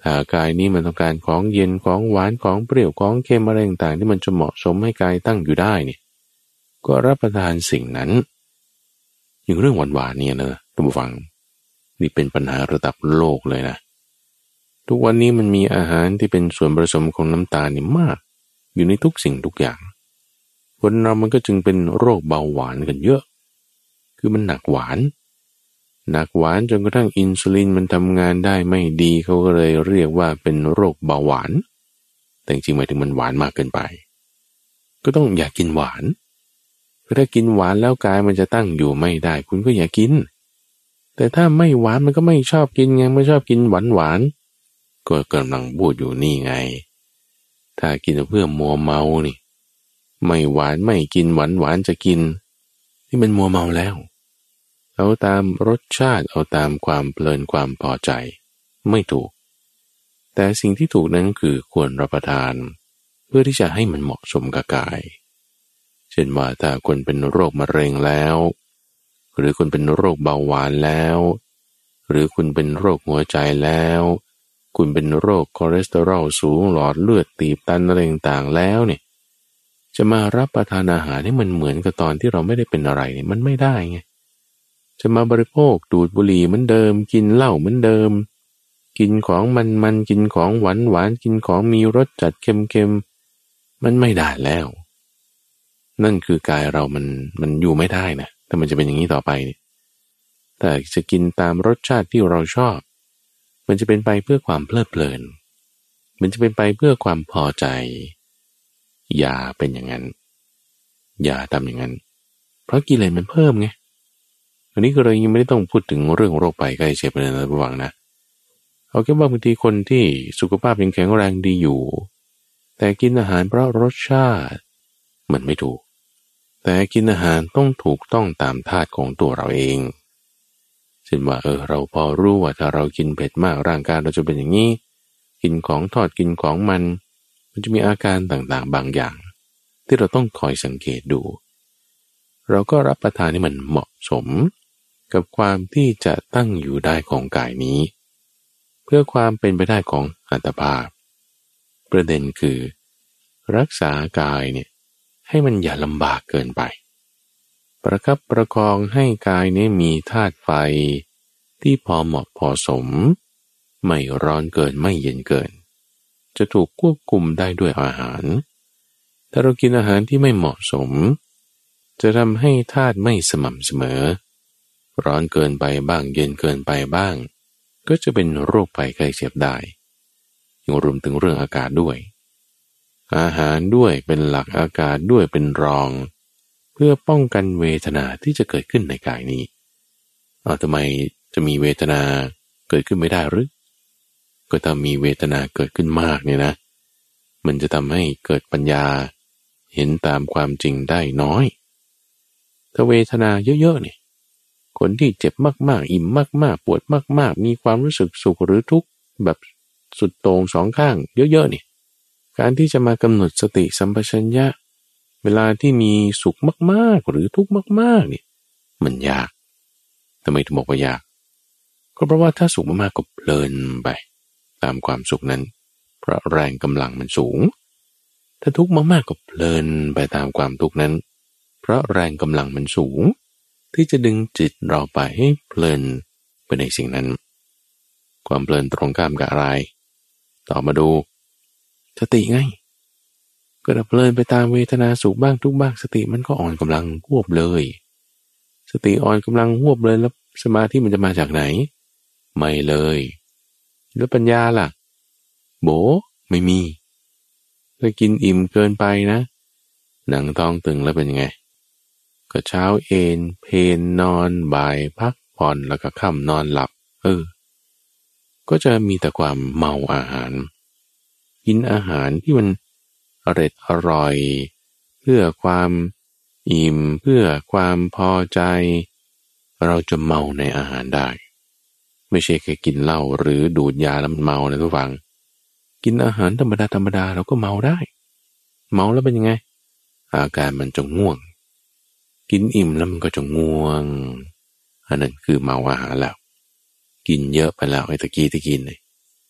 ถ้ากายนี้มันต้องการของเย็นของหวานของเปรี้ยวของเค็มอะไรต่างๆที่มันจะเหมาะสมให้กายตั้งอยู่ได้เนี่ยก็รับประทานสิ่งนั้นอย่างเรื่องหวานๆเนี่ยนะท่านผู้ฟังนี่เป็นปัญหาระดับโลกเลยนะทุกวันนี้มันมีอาหารที่เป็นส่วนผสมของน้ำตาลนี่มากอยู่ในทุกสิ่งทุกอย่างคนเรามันก็จึงเป็นโรคเบาหวานกันเยอะคือมันหนักหวานจนกระทั่งอินซูลินมันทำงานได้ไม่ดีเขาก็เลยเรียกว่าเป็นโรคเบาหวานแต่จริงๆหมายถึงมันหวานมากเกินไปก็ต้องอย่ากินหวานเพราะถ้ากินหวานแล้วกายมันจะตั้งอยู่ไม่ได้คุณก็อย่ากินแต่ถ้าไม่หวานมันก็ไม่ชอบกินไงไม่ชอบกินหวานก็กำลังพูดอยู่นี่ไงถ้ากินเพื่อมัวเมานี่ไม่หวานไม่กินหวานจะกินที่มันมัวเมาแล้วเอาตามรสชาติเอาตามความเพลินความพอใจไม่ถูกแต่สิ่งที่ถูกนั้นคือควรรับประทานเพื่อที่จะให้มันเหมาะสมกับกายเช่นว่าถ้าคนเป็นโรคมะเร็งแล้วหรือคนเป็นโรคเบาหวานแล้วหรือคุณเป็นโรคหัวใจแล้วคุณเป็นโรคคอเลสเตอรอลสูงหลอดเลือดตีบตันอะไรต่างๆแล้วเนี่ยจะมารับประทานอาหารให้มันเหมือนกับตอนที่เราไม่ได้เป็นอะไรเนี่ยมันไม่ได้ไงจะมาบริโภคดูดบุหรี่เหมือนเดิมกินเหล้าเหมือนเดิมกินของมันกินของหวานกินของมีรสจัดเค็มมันไม่ได้แล้วนั่นคือกายเรามันอยู่ไม่ได้นะแต่มันจะเป็นอย่างนี้ต่อไปแต่จะกินตามรสชาติที่เราชอบมันจะเป็นไปเพื่อความเพลิดเพลินมันจะเป็นไปเพื่อความพอใจอย่าเป็นอย่างนั้นอย่าทำอย่างนั้นเพราะกิเลสมันเพิ่มไงอันนี้ก็เลยยังไม่ได้ต้องพูดถึงเรื่องโรคภัยไข้เจ็บเลยนะระวังนะเอาแค่ว่าบางทีคนที่สุขภาพยังแข็งแรงดีอยู่แต่กินอาหารเพราะรสชาติมันไม่ถูกแต่กินอาหารต้องถูกต้องตามธาตุของตัวเราเองเช่นว่าเราพอรู้ว่าถ้าเรากินเผ็ดมากร่างกายเราจะเป็นอย่างนี้กินของทอดกินของมันจะมีอาการต่างๆบางอย่างที่เราต้องคอยสังเกตดูเราก็รับประทานให้มันเหมาะสมกับความที่จะตั้งอยู่ได้ของกายนี้เพื่อความเป็นไปได้ของอัตภาพประเด็นคือรักษากายเนี่ยให้มันอย่าลำบากเกินไปประคับประคองให้กายนี้มีธาตุไฟที่พอเหมาะพอสมไม่ร้อนเกินไม่เย็นเกินจะถูกควบคุมได้ด้วยอาหารถ้าเรากินอาหารที่ไม่เหมาะสมจะทำให้ธาตุไม่สม่ำเสมอร้อนเกินไปบ้างเย็นเกินไปบ้างก็จะเป็นโรคภัยไข้เจ็บได้ยังรวมถึงเรื่องอากาศด้วยอาหารด้วยเป็นหลักอากาศด้วยเป็นรองเพื่อป้องกันเวทนาที่จะเกิดขึ้นในกายนี้ทำไมจะมีเวทนาเกิดขึ้นไม่ได้หรือก็ถ้ามีเวทนาเกิดขึ้นมากเนี่ยนะมันจะทำให้เกิดปัญญาเห็นตามความจริงได้น้อยถ้าเวทนาเยอะๆเนี่ยคนที่เจ็บมากๆอิ่มมากๆปวดมากๆมีความรู้สึกสุขหรือทุกข์แบบสุดโต่งสองข้างเยอะๆเนี่ยการที่จะมากำหนดสติสัมปชัญญะเวลาที่มีสุขมากๆหรือทุกข์มากๆเนี่ยมันยากทำไมถึงบอกว่ายากก็เพราะว่าถ้าสุขมากๆก็เพลินไปตามความสุขนั้นเพราะแรงกำลังมันสูงถ้าทุกข์มากๆก็เพลินไปตามความทุกข์นั้นเพราะแรงกำลังมันสูงที่จะดึงจิตเราไปให้เพลินไปในสิ่งนั้นความเพลินตรงข้ามกับอะไรต่อมาดูสติไงก็เพลินไปตามเวทนาสุขบ้างทุกบ้างสติมันก็อ่อนกำลังหวบเลยสติอ่อนกำลังหวบเลยแล้วสมาธิมันจะมาจากไหนไม่เลยแล้วปัญญาล่ะโบไม่มีถ้ากินอิ่มเกินไปนะหนังท้องตึงแล้วเป็นยังไงก็เช้าเอนเพนนอนบ่ายพักผ่อนแล้วก็ค่ำนอนหลับก็จะมีแต่ความเมาอาหารกินอาหารที่มันอร่อยเพื่อความอิ่มเพื่อความพอใจเราจะเมาในอาหารได้ไม่ใช่แค่กินเหล้าหรือดูดยาแล้วมันเมานะทุกฝังกินอาหารธรรมดาเราก็เมาได้เมาแล้วเป็นยังไงอาการมันจะง่วงกินอิ่มแล้วมันก็จะง่วงอันนั้นคือเมาอาหารแล้วกินเยอะไปแล้วไอ้ตะกี้ที่กินเลย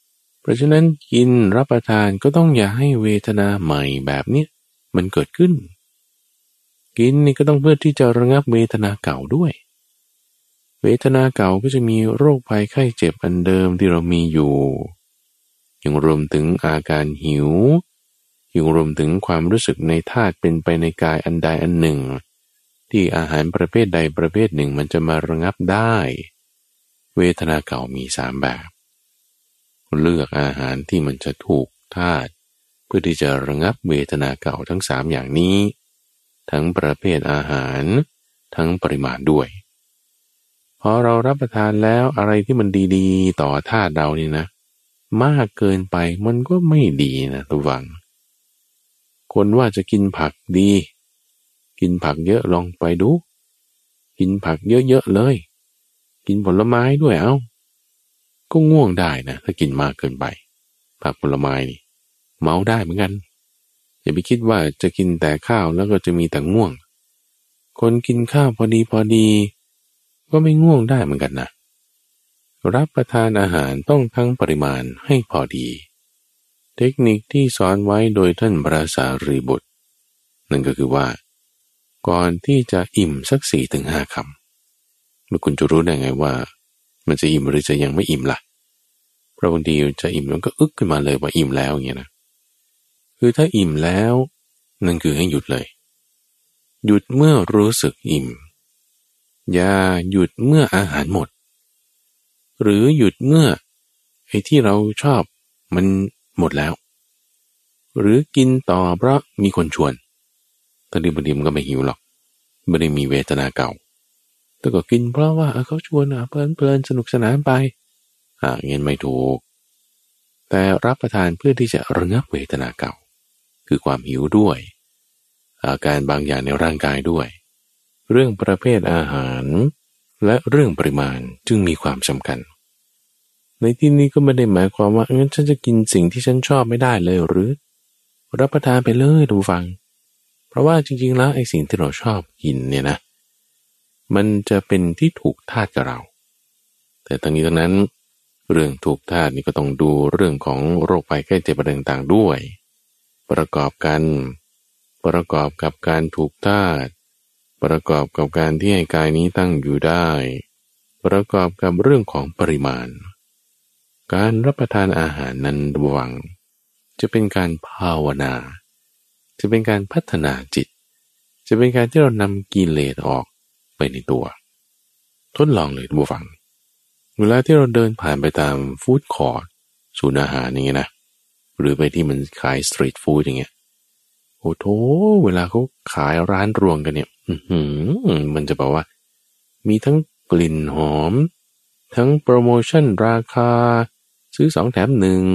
เพราะฉะนั้นกินรับประทานก็ต้องอย่าให้เวทนาใหม่แบบนี้มันเกิดขึ้นกินนี่ก็ต้องเพื่อที่จะระงับเวทนาเก่าด้วยเวทนาเก่าก็จะมีโรคภัยไข้เจ็บอันเดิมที่เรามีอยู่ยังรวมถึงอาการหิวยังรวมถึงความรู้สึกในธาตุเป็นไปในกายอันใดอันหนึ่งที่อาหารประเภทใดประเภทหนึ่งมันจะมาระงับได้เวทนาเก่ามี3แบบเลือกอาหารที่มันจะถูกธาตุเพื่อที่จะระงับเวทนาเก่าทั้ง3อย่างนี้ทั้งประเภทอาหารทั้งปริมาณด้วยพอเรารับประทานแล้วอะไรที่มันดีๆต่อธาตุเรานี่นะมากเกินไปมันก็ไม่ดีนะทุกฝังคนว่าจะกินผักดีกินผักเยอะลองไปดูกินผักเยอะๆเลยกินผลไม้ด้วยก็ง่วงได้นะถ้ากินมากเกินไปผักผลไม้นี่เมาได้เหมือนกันอย่าไปคิดว่าจะกินแต่ข้าวแล้วก็จะมีแต่ง่วงคนกินข้าวพอดีก็ไม่ง่วงได้เหมือนกันนะรับประทานอาหารต้องทั้งปริมาณให้พอดีเทคนิคที่สอนไว้โดยท่านพระสารีบุตรนั่นก็คือว่าก่อนที่จะอิ่มสัก 4-5 คำแล้วคุณจะรู้ได้ไงว่ามันจะอิ่มหรือจะยังไม่อิ่มล่ะเพราะบางทีจะอิ่มมันก็อึกขึ้นมาเลยว่าอิ่มแล้วอย่างเงี้ยนะคือถ้าอิ่มแล้วนั่นคือให้หยุดเลยหยุดเมื่อรู้สึกอิ่มอย่าหยุดเมื่ออาหารหมดหรือหยุดเมื่อไอ้ที่เราชอบมันหมดแล้วหรือกินต่อเพราะมีคนชวนตอนนี้บางทีมันก็ไม่หิวหรอกไม่ได้มีเวทนาเก่าแต่ก็กินเพราะว่าเขาชวนเพลินสนุกสนานไปเงี้ยไม่ถูกแต่รับประทานเพื่อที่จะระงับเวทนาเก่าคือความหิวด้วยอาการบางอย่างในร่างกายด้วยเรื่องประเภทอาหารและเรื่องปริมาณจึงมีความสำคัญในที่นี้ก็ไม่ได้หมายความว่างั้นฉันจะกินสิ่งที่ฉันชอบไม่ได้เลยหรือรับประทานไปเลยดูฟังเพราะว่าจริงๆแล้วไอ้สิ่งที่เราชอบกินเนี่ยนะมันจะเป็นที่ถูกธาตุกับเราแต่ทั้งนี้ทั้งนั้นเรื่องถูกธาตุนี่ก็ต้องดูเรื่องของโรคภัยไข้เจ็บต่างๆด้วยประกอบกับการถูกธาตุประกอบกับการที่ให้กายนี้ตั้งอยู่ได้ประกอบกับเรื่องของปริมาณการรับประทานอาหารนั้นระวังจะเป็นการภาวนาจะเป็นการพัฒนาจิตจะเป็นการที่เรานำกิเลสออกไปในตัวทดลองเลยระวังเวลาที่เราเดินผ่านไปตามฟู้ดคอร์ทศูนย์อาหารอย่างเงี้ยนะหรือไปที่มันขายสตรีทฟู้ดอย่างเงี้ยโอ้โธ่เวลาเขาขายร้านรวงกันเนี่ยมันจะบอกว่ามีทั้งกลิ่นหอมทั้งโปรโมชั่นราคาซื้อ2แถม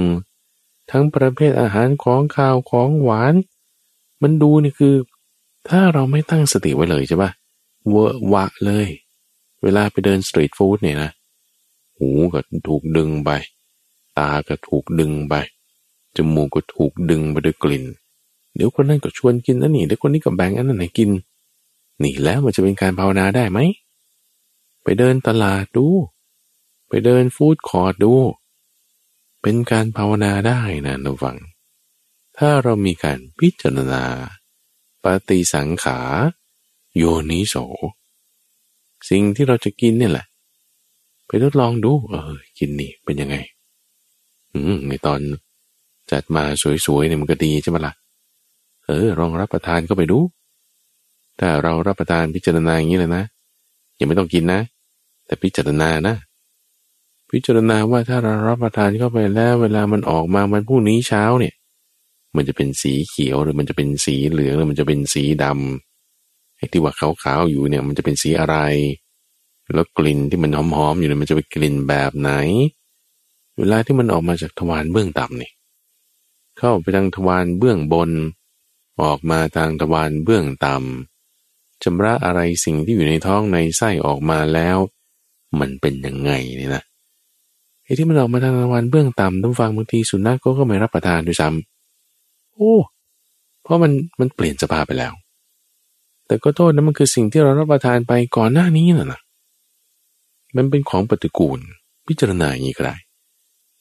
1ทั้งประเภทอาหารของคาวของหวานมันดูนี่คือถ้าเราไม่ตั้งสติไว้เลยใช่ป่ะเวอะวะเลยเวลาไปเดินสตรีทฟู้ดเนี่ยนะหูก็ถูกดึงไปตาก็ถูกดึงไปจมูกก็ถูกดึงไปด้วยกลิ่นเดี๋ยวคนนั้นก็ชวนกินอันนี้เดี๋ยวคนนี้ก็แบ่งอันนั้นให้กินนี่แล้วมันจะเป็นการภาวนาได้ไหมไปเดินตลาดดูไปเดินฟู้ดคอร์ทดูเป็นการภาวนาได้นะระวังถ้าเรามีการพิจารณาปฏิสังขารโยนิโสสิ่งที่เราจะกินเนี่ยแหละไปทดลองดูกินนี่เป็นยังไงในตอนจัดมาสวยๆเนี่ยมันก็ดีใช่ไหมล่ะลองรับประทานก็ไปดูถ้าเรารับประทานพิจารณาอย่างนี้เลยนะยังไม่ต้องกินนะแต่พิจารณานะพิจารณาว่าถ้าเรารับประทานเข้าไปแล้วเวลามันออกมาวันพรุ่งนี้เช้าเนี่ยมันจะเป็นสีเขียวหรือมันจะเป็นสีเหลืองหรือมันจะเป็นสีดำไอ้ที่ว่าขาวๆอยู่เนี่ยมันจะเป็นสีอะไรแล้วกลิ่นที่มันหอมๆอยู่เนี่ยมันจะเป็นกลิ่นแบบไหนเวลาที่มันออกมาจากทวารเบื้องต่ำนี่เข้าไปทางทวารเบื้องบนออกมาทางทวารเบื้องต่ำชำระอะไรสิ่งที่อยู่ในท้องในไส้ออกมาแล้วมันเป็นยังไงเนี่ยนะไอ้ที่มันออกมาทางทวารเบื้องต่ำต้องฟังบางทีสุนัขก็ไม่รับประทานด้วยซ้ำเพราะมันเปลี่ยนสภาพไปแล้วแต่ก็โทษนะมันคือสิ่งที่เรารับประทานไปก่อนหน้านี้นะมันเป็นของปฏิกูลพิจารณาอย่างนี้ก็ได้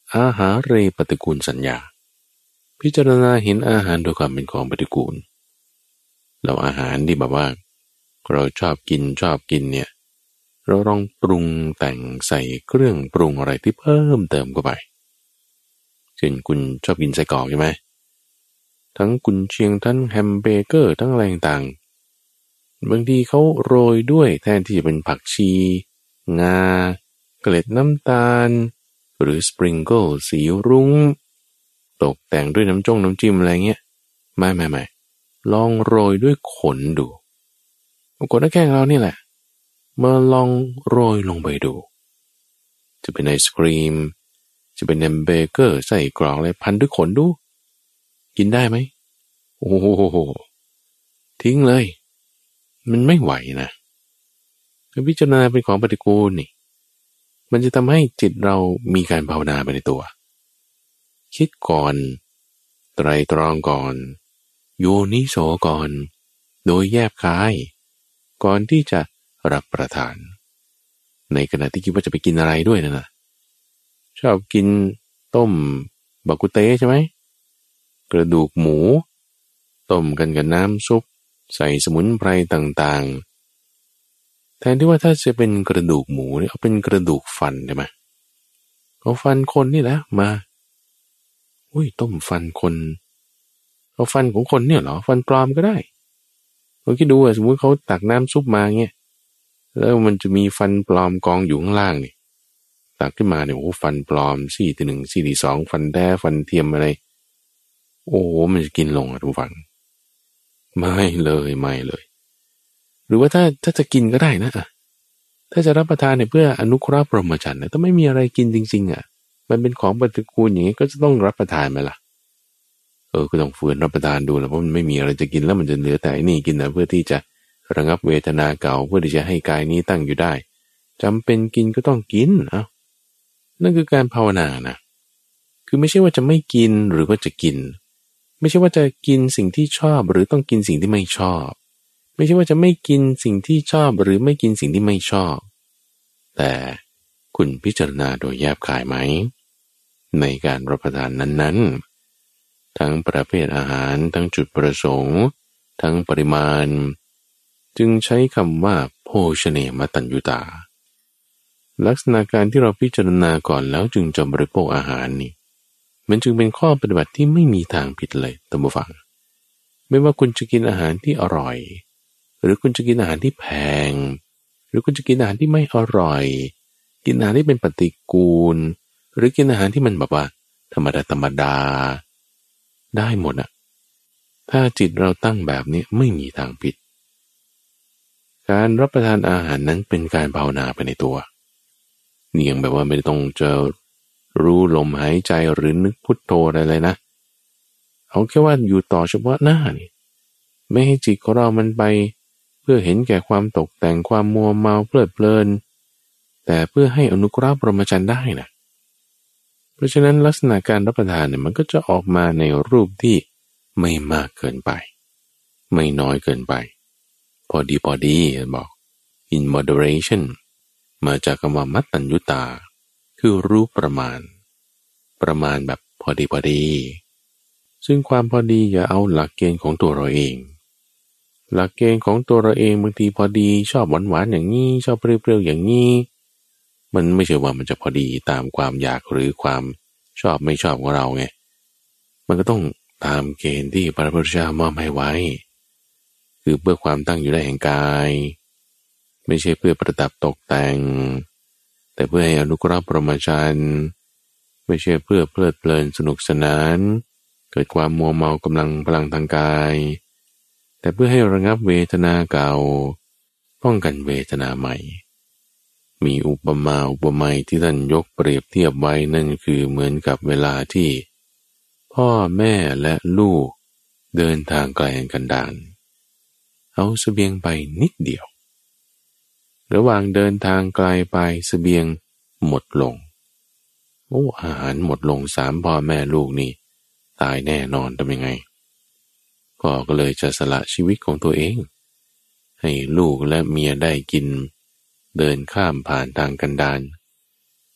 อาหารเรปฏิกูลสัญญาพิจารณาเห็นอาหารโดยความเป็นของปฏิกูลแล้วอาหารที่แบบว่าเราชอบกินเนี่ยเราลองปรุงแต่งใส่เครื่องปรุงอะไรที่เพิ่มเติมเข้าไปเช่นคุณชอบกินไส้กรอกใช่ไหมทั้งกุนเชียงทั้งแฮมเบอร์เกอร์ทั้งอะไรต่างบางทีเขาโรยด้วยแทนที่จะเป็นผักชีงาเกล็ดน้ำตาลหรือสปริงเกิลสีรุ้งตกแต่งด้วยน้ำจิ้มอะไรเงี้ยไม่ลองโรยด้วยขนดูขนหน้าแข้งเรานี่แหละมาลองโรยลงไปดูจะเป็นไอศกรีมจะเป็นแฮมเบอร์เกอร์ใส่กรอกอะไรพันด้วยขนดูกินได้ไหมโอ้โหทิ้งเลยมันไม่ไหวนะพิจารณาเป็นของปฏิกูลนี่มันจะทำให้จิตเรามีการภาวนาไปในตัวคิดก่อนไตรตรองก่อนโยนิโสก่อนโดยแยบคายก่อนที่จะรับประทานในขณะที่คิดว่าจะไปกินอะไรด้วยนะชอบกินต้มบักกุเต้ใช่ไหมกระดูกหมูต้มกันกับน้ำซุปใส่สมุนไพรต่างๆแทนที่ว่าถ้าจะเป็นกระดูกหมูเนี่ยเอาเป็นกระดูกฟันได้ไหมเอาฟันคนนี่แหละมาต้มฟันคนเอาฟันของคนเนี่ยเหรอฟันปลอมก็ได้เราคิดดูสมมุติเขาตักน้ำซุปมาเงี้ยแล้วมันจะมีฟันปลอมกองอยู่ข้างล่างนี่ตักขึ้นมาเนี่ยฟันปลอมซี่ที่1ซี่ที่2ฟันแท้ฟันเทียมอะไรมันจะกินลงทุกฝังไม่เลยหรือว่าถ้าจะกินก็ได้นะถ้าจะรับประทานเนี่ยเพื่ออนุเคราะห์พรหมจรรย์ถ้าไม่มีอะไรกินจริงๆมันเป็นของปฏิกูลอย่างนี้ก็จะต้องรับประทานไหมล่ะก็ต้องฝืนรับประทานดูแล้วเพราะมันไม่มีอะไรจะกินแล้วมันจะเหลือแต่นี่กินนะเพื่อที่จะระงับเวทนาเก่าเพื่อที่จะให้กายนี้ตั้งอยู่ได้จำเป็นกินก็ต้องกินนั่นคือการภาวนานะคือไม่ใช่ว่าจะไม่กินหรือว่าจะกินไม่ใช่ว่าจะกินสิ่งที่ชอบหรือต้องกินสิ่งที่ไม่ชอบไม่ใช่ว่าจะไม่กินสิ่งที่ชอบหรือไม่กินสิ่งที่ไม่ชอบแต่คุณพิจารณาโดยแยบคายไหมในการรับประทานนั้นๆทั้งประเภทอาหารทั้งจุดประสงค์ทั้งปริมาณจึงใช้คำว่าโภชเนมตัญญูตาลักษณะการที่เราพิจารณาก่อนแล้วจึงจะบริโภคอาหารนี่มันจึงเป็นข้อปฏิบัติที่ไม่มีทางผิดเลยท่านผู้ฟังไม่ว่าคุณจะกินอาหารที่อร่อยหรือคุณจะกินอาหารที่แพงหรือคุณจะกินอาหารที่ไม่อร่อยกินอาหารที่เป็นปฏิกูลหรือกินอาหารที่มันแบบว่าธรรมดาได้หมดถ้าจิตเราตั้งแบบนี้ไม่มีทางผิดการรับประทานอาหารนั้นเป็นการภาวนาไปในตัวนี่ยังแบบว่าไม่ต้องจะรู้ลมหายใจหรือนึกพุทโธอะไรเลยนะเอาแค่ว่าอยู่ต่อเฉพาะหน้านี่ไม่ให้จิตของเรามันไปเพื่อเห็นแก่ความตกแต่งความมัวเมาเพลิดเพลินแต่เพื่อให้อนุเคราะห์พรหมจรรย์ได้นะเพราะฉะนั้นลักษณะการรับประทานเนี่ยมันก็จะออกมาในรูปที่ไม่มากเกินไปไม่น้อยเกินไปพอดีบอก in moderation มาจากคำว่ามัตตัญญูตาคือรู้ประมาณแบบพอดีซึ่งความพอดีอย่าเอาหลักเกณฑ์ของตัวเราเองหลักเกณฑ์ของตัวเราเองบางทีพอดีชอบหวานอย่างนี้ชอบเปรี้ยวๆอย่างนี้มันไม่ใช่ว่ามันจะพอดีตามความอยากหรือความชอบไม่ชอบของเราไงมันก็ต้องตามเกณฑ์ที่พระพุทธเจ้ามอบให้ไว้คือเพื่อความตั้งอยู่ได้แห่งกายไม่ใช่เพื่อประดับตกแต่งแต่เพื่อให้อนุเคราะห์พรหมจรรย์ไม่ใช่เพื่อเพลิดเพลินสนุกสนานเกิดความมัวเมากำลังพลังทางกายแต่เพื่อให้ระงับเวทนาเก่าป้องกันเวทนาใหม่มีอุปมาที่ท่านยกเปรียบเทียบไว้นั่นคือเหมือนกับเวลาที่พ่อแม่และลูกเดินทางไกลกันดารเอาเสบียงไปนิดเดียวระหว่างเดินทางไกลไปเสบียงหมดลงอาหารหมดลง3พ่อแม่ลูกนี่ตายแน่นอนทำยังไงพ่อก็เลยจะสละชีวิตของตัวเองให้ลูกและเมียได้กินเดินข้ามผ่านทางกันดาร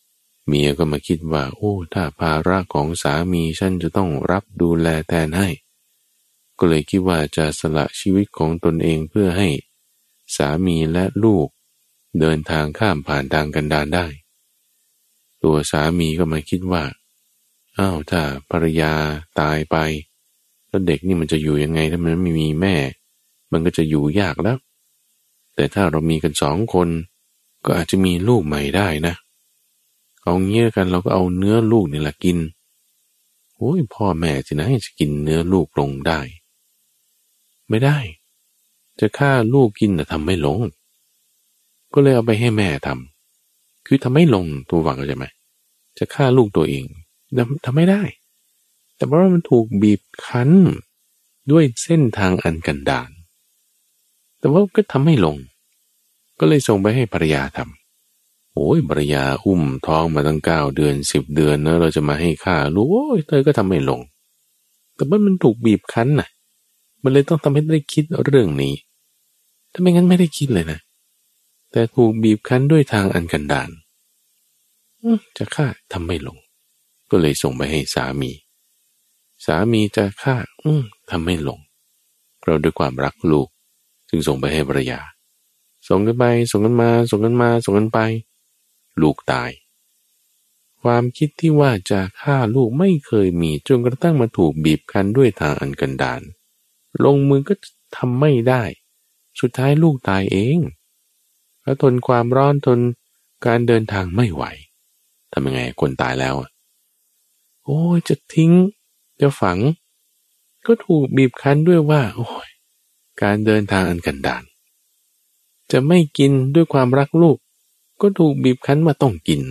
เมียก็มาคิดว่าโอ้ถ้าภาระของสามีฉันจะต้องรับดูแลแทนให้ก็เลยคิดว่าจะสละชีวิตของตนเองเพื่อให้สามีและลูกเดินทางข้ามผ่านทางกันดารได้ตัวสามีก็มาคิดว่าอ้าวถ้าภรรยาตายไปแล้วเด็กนี่มันจะอยู่ยังไงถ้ามันไม่มีแม่มันก็จะอยู่ยากแล้วแต่ถ้าเรามีกัน2 คนก็อาจจะมีลูกใหม่ได้นะเอาเงี้ยกันเราก็เอาเนื้อลูกนี่แหละกินโอ้ยพ่อแม่ที่ไหนจะกินเนื้อลูกลงได้ไม่ได้จะฆ่าลูกกินแต่ทำไม่ลงก็เลยเอาไปให้แม่ทำคือทำไม่ลงตัวหวังใช่ไหมจะฆ่าลูกตัวเองทำไม่ได้แต่เพราะว่ามันถูกบีบคั้นด้วยเส้นทางอันกันดารแต่ว่าก็ทำไม่ลงก็เลยส่งไปให้ภรรยาทำโอ้ยภรรยาอุ้มท้องมาตั้ง9 เดือน10 เดือนนะเราจะมาให้ฆ่าลูกโอ้ยเธอก็ทำไม่ลงแต่ว่ามันถูกบีบคั้นน่ะมันเลยต้องทำให้ได้คิดเรื่องนี้ถ้าไม่งั้นไม่ได้คิดเลยนะแต่ถูกบีบคั้นด้วยทางอันกันดารจะฆ่าทำไม่ลงก็เลยส่งไปให้สามีจะฆ่าทำไม่ลงเราด้วยความรักลูกจึงส่งไปให้ภรรยาส่งกันไปส่งกันมาส่งกันมาส่งกันไปลูกตายความคิดที่ว่าจะฆ่าลูกไม่เคยมีจนกระทั่งมาถูกบีบคั้นด้วยทางอันกันดารลงมือก็ทำไม่ได้สุดท้ายลูกตายเองแล้วทนความร้อนทนการเดินทางไม่ไหวทำยังไงคนตายแล้วโอ้ยจะทิ้งจะฝังก็ถูกบีบคั้นด้วยว่าโอ้ยการเดินทางอันกันดารจะไม่กินด้วยความรักลูกก็ถูกบีบคั้นมาต้องกิน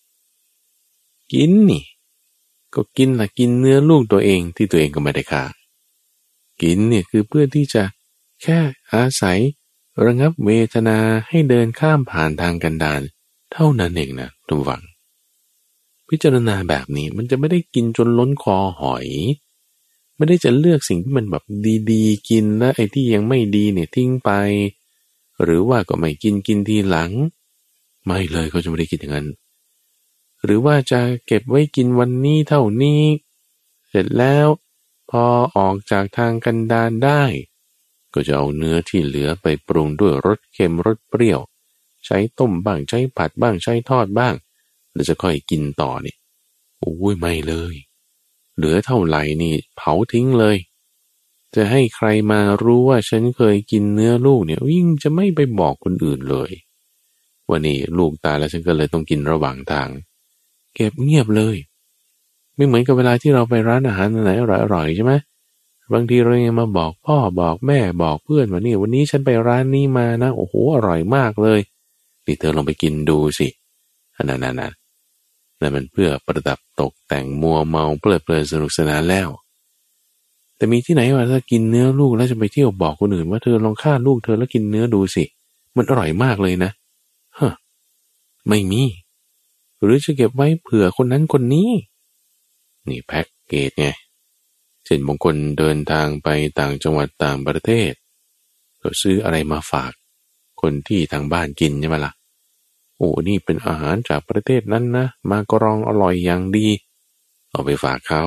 นี่ก็กินละกินเนื้อลูกตัวเองที่ตัวเองก็ไม่ได้ฆ่ากินเนี่ยคือเพื่อที่จะแค่อาศัยระงับเวทนาให้เดินข้ามผ่านทางกันดารเท่านั้นเองนะทุกฝังพิจารณาแบบนี้มันจะไม่ได้กินจนล้นคอหอยไม่ได้จะเลือกสิ่งที่มันแบบดีๆกินแล้วไอ้ที่ยังไม่ดีเนี่ยทิ้งไปหรือว่าก็ไม่กินทีหลังไม่เลยเขาจะไม่ได้คิดอย่างนั้นหรือว่าจะเก็บไว้กินวันนี้เท่านี้เสร็จแล้วพอออกจากทางกันดารได้ก็จะเอาเนื้อที่เหลือไปปรุงด้วยรสเค็มรสเปรี้ยวใช้ต้มบ้างใช้ผัดบ้างใช้ทอดบ้างแล้วจะค่อยกินต่อนี่โอ้ยไม่เลยเหลือเท่าไหร่นี่เผาทิ้งเลยจะให้ใครมารู้ว่าฉันเคยกินเนื้อลูกเนี่ยยิ่งจะไม่ไปบอกคนอื่นเลยว่านี่ลูกตายแล้วฉันก็เลยต้องกินระหว่างทางเก็บเงียบเลยไม่เหมือนกับเวลาที่เราไปร้านอาหารไหนอร่อยๆใช่ไหมบางทีเรายังมาบอกพ่อบอกแม่บอกเพื่อนว่านี่วันนี้ฉันไปร้านนี้มานะโอ้โหอร่อยมากเลยนี่เธอลองไปกินดูสินั่นมันเพื่อประดับตกแต่งมัวเมาเพลิดเพลินสนุกสนานแล้วแต่มีที่ไหนว่าถ้ากินเนื้อลูกแล้วจะไปเที่ยวบอกคนอื่นว่าเธอลองฆ่าลูกเธอแล้วกินเนื้อดูสิมันอร่อยมากเลยนะไม่มีหรือจะเก็บไว้เผื่อคนนั้นคนนี้นี่แพ็กเกจไงเช่นบางคนเดินทางไปต่างจังหวัดต่างประเทศก็ซื้ออะไรมาฝากคนที่ทางบ้านกินใช่ไหมล่ะโอ้นี่เป็นอาหารจากประเทศนั้นนะมากรองอร่อยอย่างดีเอาไปฝากเขา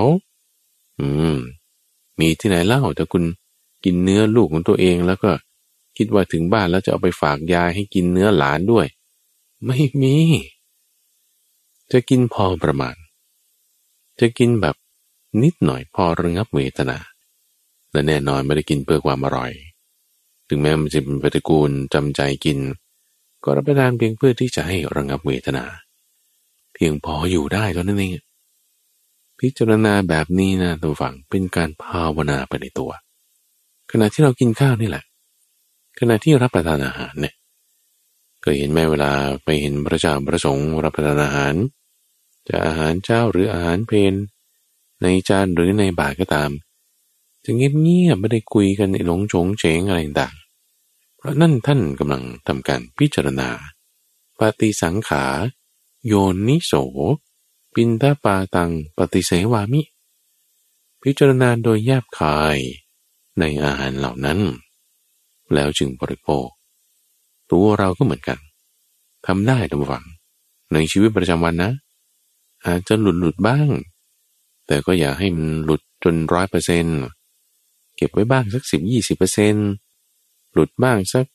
มีที่ไหนเล่าแต่คุณกินเนื้อลูกของตัวเองแล้วก็คิดว่าถึงบ้านแล้วจะเอาไปฝากยายให้กินเนื้อหลานด้วยไม่มีจะกินพอประมาณจะกินแบบนิดหน่อยพอระงับเวทนาและแน่นอนไม่ได้กินเพื่อความอร่อยถึงแม้มันจะเป็นปฏิกูลจำใจกินก็รับประทานเพียงเพื่อที่จะให้ระงับเวทนาเพียงพออยู่ได้เท่านั้นเองพิจารณาแบบนี้นะท่านผู้ฟังเป็นการภาวนาไปในตัวขณะที่เรากินข้าวนี่แหละขณะที่รับประทานอาหารเนี่ยเคยเห็นแม่เวลาไปเห็นพระเจ้าประสงค์รับประทานอาหารจะอาหารเช้าหรืออาหารเพลในจานหรือในบาตรก็ตามจะเงียบๆไม่ได้คุยกันหลงโฉงเฉงอะไรต่างเพราะนั่นท่านกำลังทำการพิจารณาปฏิสังขาโยนิโสปินทปาตังปฏิเสวามิพิจารณาโดยแยบคายในอาหารเหล่านั้นแล้วจึงบริโภคตัวเราก็เหมือนกันทำได้ทุกฝังในชีวิตประจำวันนะอาจจะหลุดบ้างแต่ก็อย่าให้มันหลุดจน100%เก็บไว้บ้างสัก10-20%หลุดบ้างสัก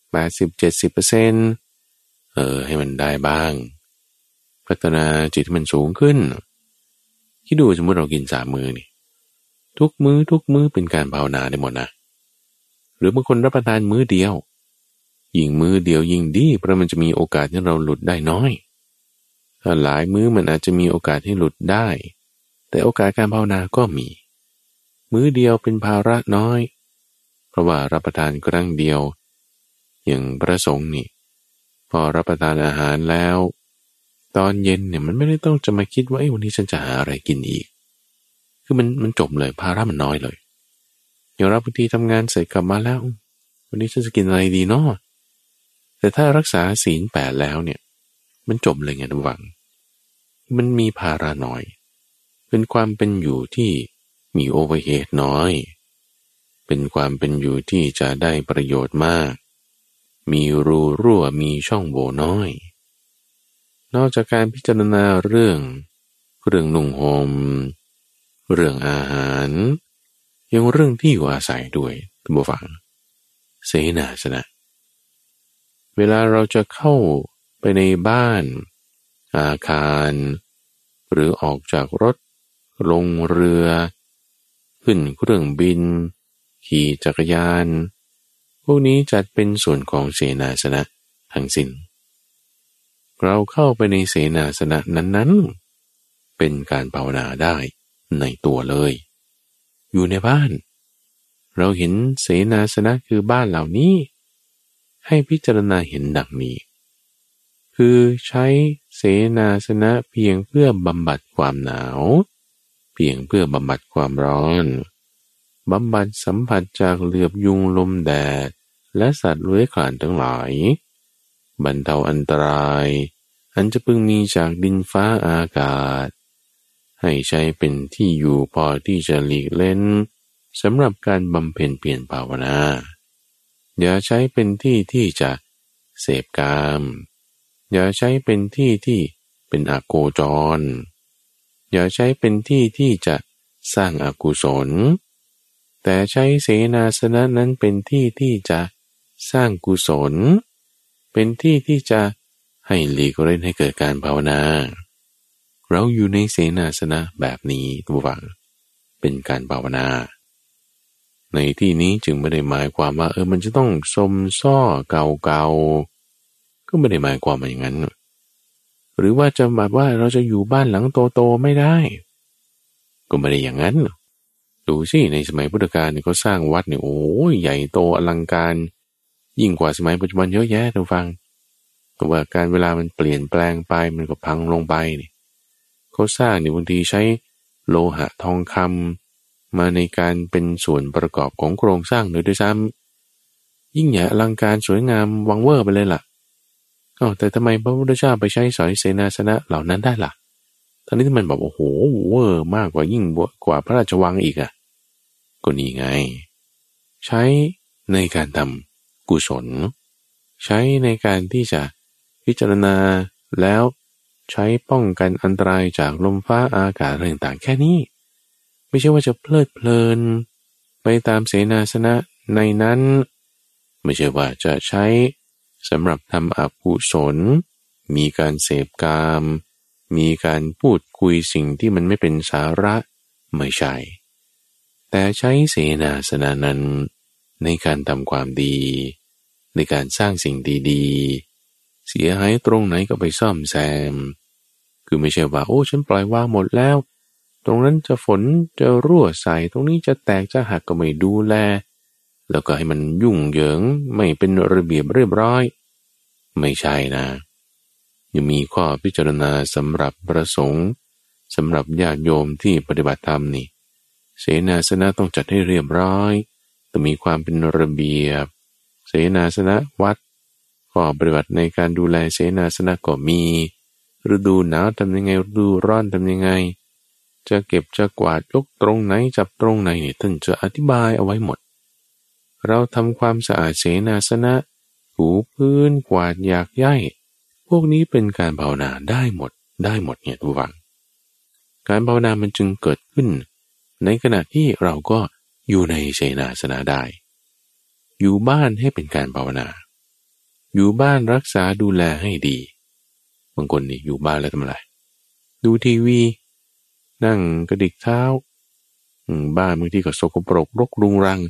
80-70%ให้มันได้บ้างพัฒนาจิตให้มันสูงขึ้นคิดดูสมมติเรากิน3 มื้อนี่ทุกมื้อเป็นการภาวนาได้หมดนะหรือบางคนรับประทานมื้อเดียวยิ่งมื้อเดียวยิ่งดีเพราะมันจะมีโอกาสให้เราหลุดได้น้อยถ้าหลายมื้อมันอาจจะมีโอกาสให้หลุดได้แต่โอกาสการภาวนาก็มีมื้อเดียวเป็นภาระน้อยเพราะว่ารับประทานครั้งเดียวอย่างพระสงฆ์นี่พอรับประทานอาหารแล้วตอนเย็นเนี่ยมันไม่ได้ต้องจะมาคิดว่าวันนี้ฉันจะหาอะไรกินอีกคือมันจบเลยภาระมันน้อยเลยอย่างเราบางทีทำงานเสร็จกลับมาแล้ววันนี้ฉันจะกินอะไรดีเนาะแต่ถ้ารักษาศีล8แล้วเนี่ยมันจบเลยไงทุกฝังมันมีภาระน้อยเป็นความเป็นอยู่ที่มีโอเวอร์เฮดน้อยเป็นความเป็นอยู่ที่จะได้ประโยชน์มากมีรูรั่วมีช่องโหว่น้อยนอกจากการพิจารณาเรื่องนุ่งห่มเรื่องอาหารยังเรื่องที่อยู่อาศัยด้วยท่านผู้ฟังเสนาสนะเวลาเราจะเข้าไปในบ้านอาคารหรือออกจากรถลงเรือขึ้นเครื่องบินขี่จักรยานพวกนี้จัดเป็นส่วนของเสนาสนะทั้งสิ้นเราเข้าไปในเสนาสนะนั้นๆเป็นการภาวนาได้ในตัวเลยอยู่ในบ้านเราเห็นเสนาสนะคือบ้านเหล่านี้ให้พิจารณาเห็นดังนี้คือใช้เสนาสนะเพียงเพื่อบำบัดความหนาวเพียงเพื่อบำบัดความร้อนบำบัดสัมผัสจากเหลือบยุงลมแดดและสัตว์เลื้อยคลานทั้งหลายบรรเทาอันตรายอันจะพึงมีจากดินฟ้าอากาศให้ใช้เป็นที่อยู่พอที่จะหลีกเล่นสำหรับการบำเพ็ญเพียรภาวนาอย่าใช้เป็นที่ที่จะเสพกามอย่าใช้เป็นที่ที่เป็นอโคจรอย่าใช้เป็นที่ที่จะสร้างอกุศลแต่ใช้เสนาสนะนั้นเป็นที่ที่จะสร้างกุศลเป็นที่ที่จะให้หลีกเล่นให้เกิดการภาวนาเราอยู่ในเสนาสนะแบบนี้ทุกฝังเป็นการภาวนาในที่นี้จึงไม่ได้หมายความว่ามันจะต้องสมซ้อเก่าๆก็ไม่ได้หมายความว่าอย่างนั้นหรือว่าจะแบบว่าเราจะอยู่บ้านหลังโตๆไม่ได้ก็ไม่ได้อย่างนั้นดูสิในสมัยพุทธกาลเนี่ยเขาสร้างวัดเนี่ยโอ้ยใหญ่โตอลังการยิ่งกว่าสมัยปัจจุบันเยอะแยะทุกฟังแต่ว่าการเวลามันเปลี่ยนแปลงไปมันก็พังลงไปนี่เขาสร้างเนี่ยบางทีใช้โลหะทองคำมาในการเป็นส่วนประกอบของโครงสร้างด้วยซ้ำยิ่งใหญ่อลังการสวยงามวังเวอร์ไปเลยล่ะแต่ทำไมพระพุทธเจ้าไปใช้สอยเสนาสนะเหล่านั้นได้ล่ะตอนนี้ที่มันแบบโอ้โหเวอร์มากกว่ายิ่งกว่าพระราชวังอีกก็นี่ไงใช้ในการทำกุศลใช้ในการที่จะพิจารณาแล้วใช้ป้องกันอันตรายจากลมฟ้าอากาศต่างๆแค่นี้ไม่ใช่ว่าจะเพลิดเพลินไปตามเสนาสนะในนั้นไม่ใช่ว่าจะใช้สำหรับทำอกุศลมีการเสพกามมีการพูดคุยสิ่งที่มันไม่เป็นสาระไม่ใช่แต่ใช้เสนาสนะนั้นในการทำความดีในการสร้างสิ่งดีๆเสียหายตรงไหนก็ไปซ่อมแซมคือไม่ใช่ว่าฉันปล่อยวางหมดแล้วตรงนั้นจะฝนจะรั่วใส่ตรงนี้จะแตกจะหักก็ไม่ดูแลแล้วก็ให้มันยุ่งเหยิงไม่เป็นระเบียบเรียบร้อยไม่ใช่นะยังมีข้อพิจารณาสำหรับประสงค์สำหรับญาติโยมที่ปฏิบัติธรรมนี่เสนาสนะต้องจัดให้เรียบร้อยต้องมีความเป็นระเบียบเสนาสนะวัดข้อปฏิบัติในการดูแลเสนาสนะก็มีฤดูหนาวทำยังไงฤดูร้อนทำยังไงจะเก็บจะกวาดยกตรงไหนจับตรงไหนนี่ท่านจะอธิบายเอาไว้หมดเราทำความสะอาดเสนาสนะถูพื้นกวาดหยากไย่พวกนี้เป็นการภาวนาได้หมดเนี่ยทุกฝังการภาวนามันจึงเกิดขึ้นในขณะที่เราก็อยู่ในเสนาสนะได้อยู่บ้านให้เป็นการภาวนาอยู่บ้านรักษาดูแลให้ดีบางคนนี่อยู่บ้านแล้วทำอะไรดูทีวีนั่งกระดิกเท้าบ้านบางทีก็สกปรกรกรุงรัง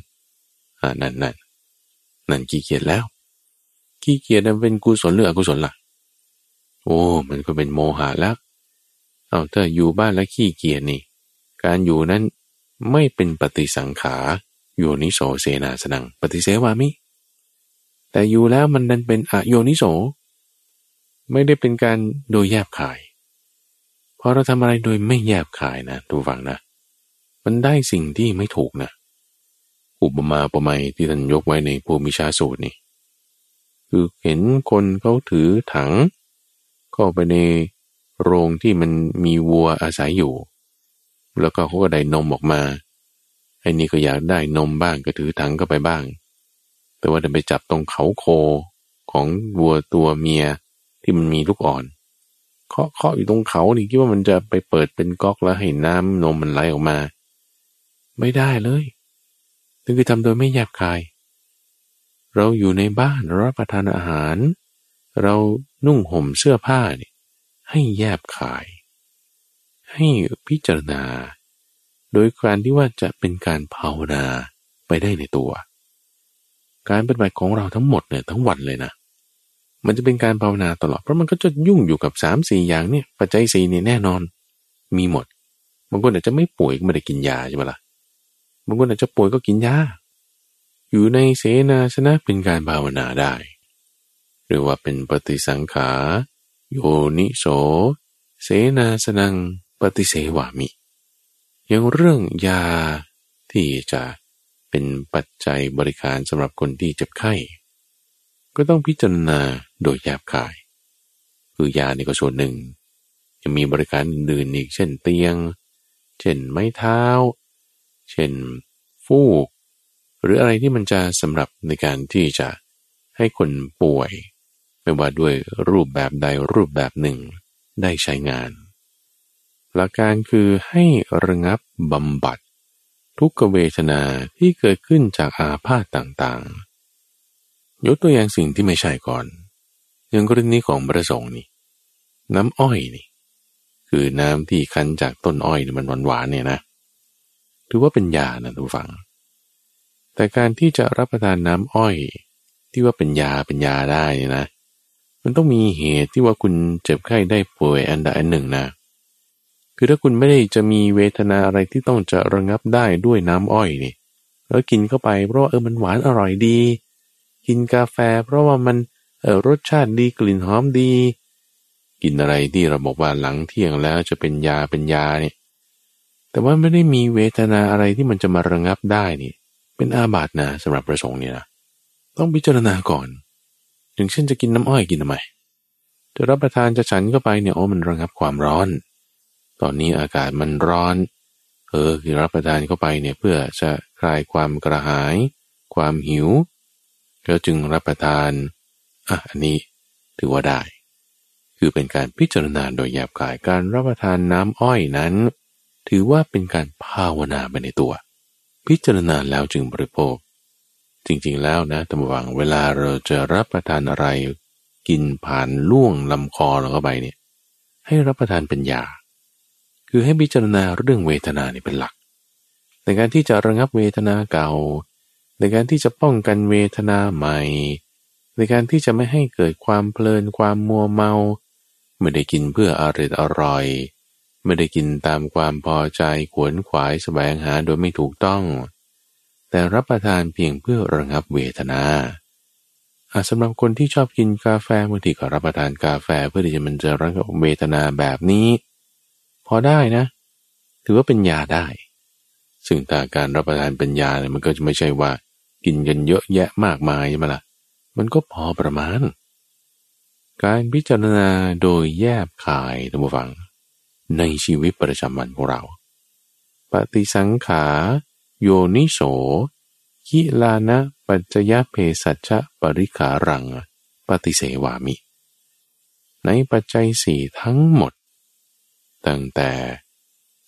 นั่นขี้เกียจแล้วขี้เกียจมันเป็นกุศลหรืออกุศลล่ะโอ้มันก็เป็นโมหะแล้วเอาถ้าอยู่บ้านแล้วขี้เกียจนี่การอยู่นั้นไม่เป็นปฏิสังขาโยนิโสเสนาสนังปฏิเสวามิแต่อยู่แล้วมันดันเป็นอโยนิโสไม่ได้เป็นการโดยแยบคายพอเราทำอะไรโดยไม่แยบคายนะทุกฝั่งนะมันได้สิ่งที่ไม่ถูกนะอุปมาอุปไมยที่ท่านยกไว้ในภูมิชาสูตรนี่คือเห็นคนเขาถือถังเข้าไปในโรงที่มันมีวัวอาศัยอยู่แล้วก็เขาก็ได้นมออกมาไอ้นี่ก็อยากได้นมบ้างก็ถือถังเข้าไปบ้างแต่ว่าจะไปจับตรงเขาโคของวัวตัวเมียที่มันมีลูกอ่อนเคาะอยู่ตรงเขานี่คิดว่ามันจะไปเปิดเป็นก๊อกแล้วให้น้ำนมมันไหลออกมาไม่ได้เลยนั่นคือทำโดยไม่แยบคายเราอยู่ในบ้านรับประทานอาหารเรานุ่งห่มเสื้อผ้านี่ให้แยบคายให้พิจารณาโดยการที่ว่าจะเป็นการภาวนาไปได้ในตัวการปฏิบัติของเราทั้งหมดเนี่ยทั้งวันเลยนะมันจะเป็นการภาวนาตลอดเพราะมันก็จะยุ่งอยู่กับ 3-4 อย่างเนี่ยปัจจัย4เนี่ยแน่นอนมีหมดบางคนอาจจะไม่ป่วยก็ไม่ได้กินยาใช่ไหมล่ะบางคนอาจจะป่วยก็กินยาอยู่ในเสนาสนะเป็นการภาวนาได้หรือว่าเป็นปฏิสังขาโยนิโสเสนาสนังปฏิเสวามิอย่างเรื่องยาที่จะเป็นปัจจัยบริการสำหรับคนที่เจ็บไข้ก็ต้องพิจารณาโดยแยบคายคือยานี่ก็ส่วนหนึ่งยังมีบริการอื่นๆอีกเช่นเตียงเช่นไม้เท้าเช่นฟูกหรืออะไรที่มันจะสำหรับในการที่จะให้คนป่วยไม่ว่าด้วยรูปแบบใดรูปแบบหนึ่งได้ใช้งานหลักการคือให้ระงับบำบัดทุกขเวทนาที่เกิดขึ้นจากอาพาธต่างๆยกตัวอย่างสิ่งที่ไม่ใช่ก่อนอย่างกรณีของพระสงฆ์นี่น้ำอ้อยนี่คือน้ำที่คั้นจากต้นอ้อยมันหวานๆเนี่ยนะถือว่าเป็นยานะทุกฝังแต่การที่จะรับประทานน้ำอ้อยที่ว่าเป็นยาได้เนี่ยนะมันต้องมีเหตุที่ว่าคุณเจ็บไข้ได้ป่วยอันใดอันหนึ่งนะคือถ้าคุณไม่ได้จะมีเวทนาอะไรที่ต้องจะระงับได้ด้วยน้ำอ้อยนี่แล้วกินเข้าไปเพราะว่ามันหวานอร่อยดีกินกาแฟเพราะว่ามันรสชาติดีกลิ่นหอมดีกินอะไรที่เราบอกว่าหลังเที่ยงแล้วจะเป็นยาเนี่ยแต่ว่าไม่ได้มีเวทนาอะไรที่มันจะมาระงับได้นี่เป็นอาบัตินะสำหรับพระสงฆ์เนี่ยนะต้องพิจารณาก่อนอย่างเช่นจะกินน้ำอ้อยกินทำไมจะรับประทานจะฉันเข้าไปเนี่ยมันระงับความร้อนตอนนี้อากาศมันร้อนคือรับประทานเข้าไปเนี่ยเพื่อจะคลายความกระหายความหิวก็จึงรับประทานอันนี้ถือว่าได้คือเป็นการพิจารณาโดยหยาบคายการรับประทานน้ำอ้อยนั้นถือว่าเป็นการภาวนาไปในตัวพิจารณาแล้วจึงบริโภคจริงๆแล้วนะท่านผู้ฟังเวลาเราจะรับประทานอะไรกินผ่านล่วงลำคอเราเข้าไปเนี่ยให้รับประทานเป็นยาคือให้พิจารณาเรื่องเวทนานี่เป็นหลักในการที่จะระงับเวทนาเก่าในการที่จะป้องกันเวทนาใหม่ในการที่จะไม่ให้เกิดความเพลินความมัวเมาไม่ได้กินเพื่ออร่อยไม่ได้กินตามความพอใจขวนขวายแสวงหาโดยไม่ถูกต้องแต่รับประทานเพียงเพื่อระงับเวทนาสำหรับคนที่ชอบกินกาแฟบางทีก็รับประทานกาแฟเพื่อที่จะมันจะระงับเวทนาแบบนี้พอได้นะถือว่าเป็นยาได้ซึ่งถ้าการรับประทานเป็นยาเนี่ยมันก็จะไม่ใช่ว่ากินกันเยอะแยะมากมายใช่ไหมล่ะมันก็พอประมาณการพิจารณาโดยแยบคายท่านผู้ฟังในชีวิตประจำวันของเราปฏิสังขาโยนิโสคิลานะปัจจยเพสัชชะปริขารังปฏิเสวามิในปัจจัย4ทั้งหมดตั้งแต่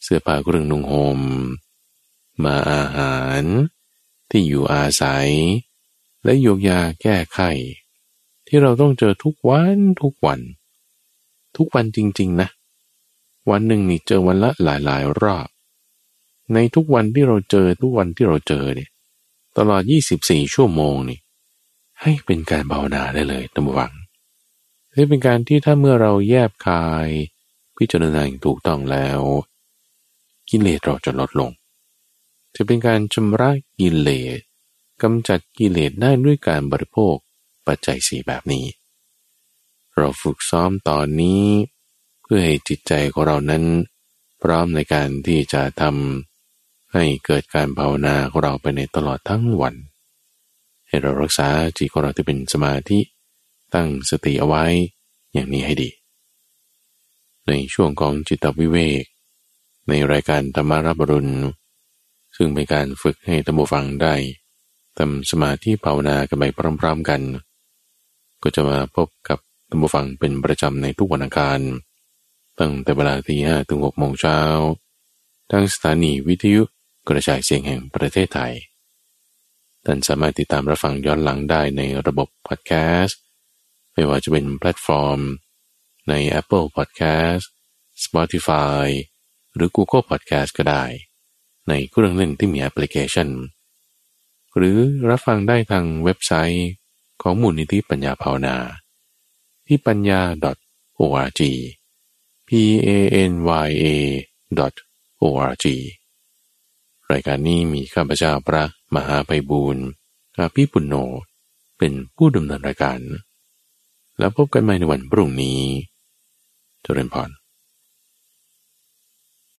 เสื้อผ้าเครื่องนุ่งห่มมาอาหารที่อยู่อาศัยและยูกยาแก้ไขที่เราต้องเจอทุกวันจริงๆนะวันหนึ่งนี่เจอวันละหลายรอบในทุกวันที่เราเจอเนี่ยตลอด24ชั่วโมงนี่ให้เป็นการภาวนาได้เลยท่านผู้ฟังนี่เป็นการที่ถ้าเมื่อเราแยบคายพิจารณาอย่างถูกต้องแล้วกิเลสเราจะลดลงจะเป็นการชำระกิเลสกำจัดกิเลสได้ด้วยการบริโภคปัจจัย4แบบนี้เราฝึกซ้อมตอนนี้เพื่อให้จิตใจของเรานั้นพร้อมในการที่จะทำให้เกิดการภาวนาของเราไปในตลอดทั้งวันให้เรารักษาจิตของเราที่เป็นสมาธิตั้งสติเอาไว้อย่างนี้ให้ดีในช่วงของจิตวิเวกในรายการธรรมารับอรุณซึ่งเป็นการฝึกให้ท่านผู้ฟังได้ทำสมาธิภาวนากันไปพร้อมๆกันก็จะมาพบกับท่านผู้ฟังเป็นประจำในทุกวันอังคารตั้งแต่เวลา 5 ถึง 6 โมงเช้าทางสถานีวิทยุกระจายเสียงแห่งประเทศไทยท่านสามารถติดตามรับฟังย้อนหลังได้ในระบบพอดแคสต์ไม่ว่าจะเป็นแพลตฟอร์มใน Apple Podcast Spotify หรือ Google Podcast ก็ได้ในเครื่องเล่นที่มีแอปพลิเคชันหรือรับฟังได้ทางเว็บไซต์ของมูลนิธิปัญญาภาวนาที่ปัญญา .org panya.org รายการนี้มีข้าพเจ้าพระมหาไพบูลย์อาภิปุณโญเป็นผู้ดำเนินรายการแล้วพบกันใหม่ในวันพรุ่งนี้เจริญพร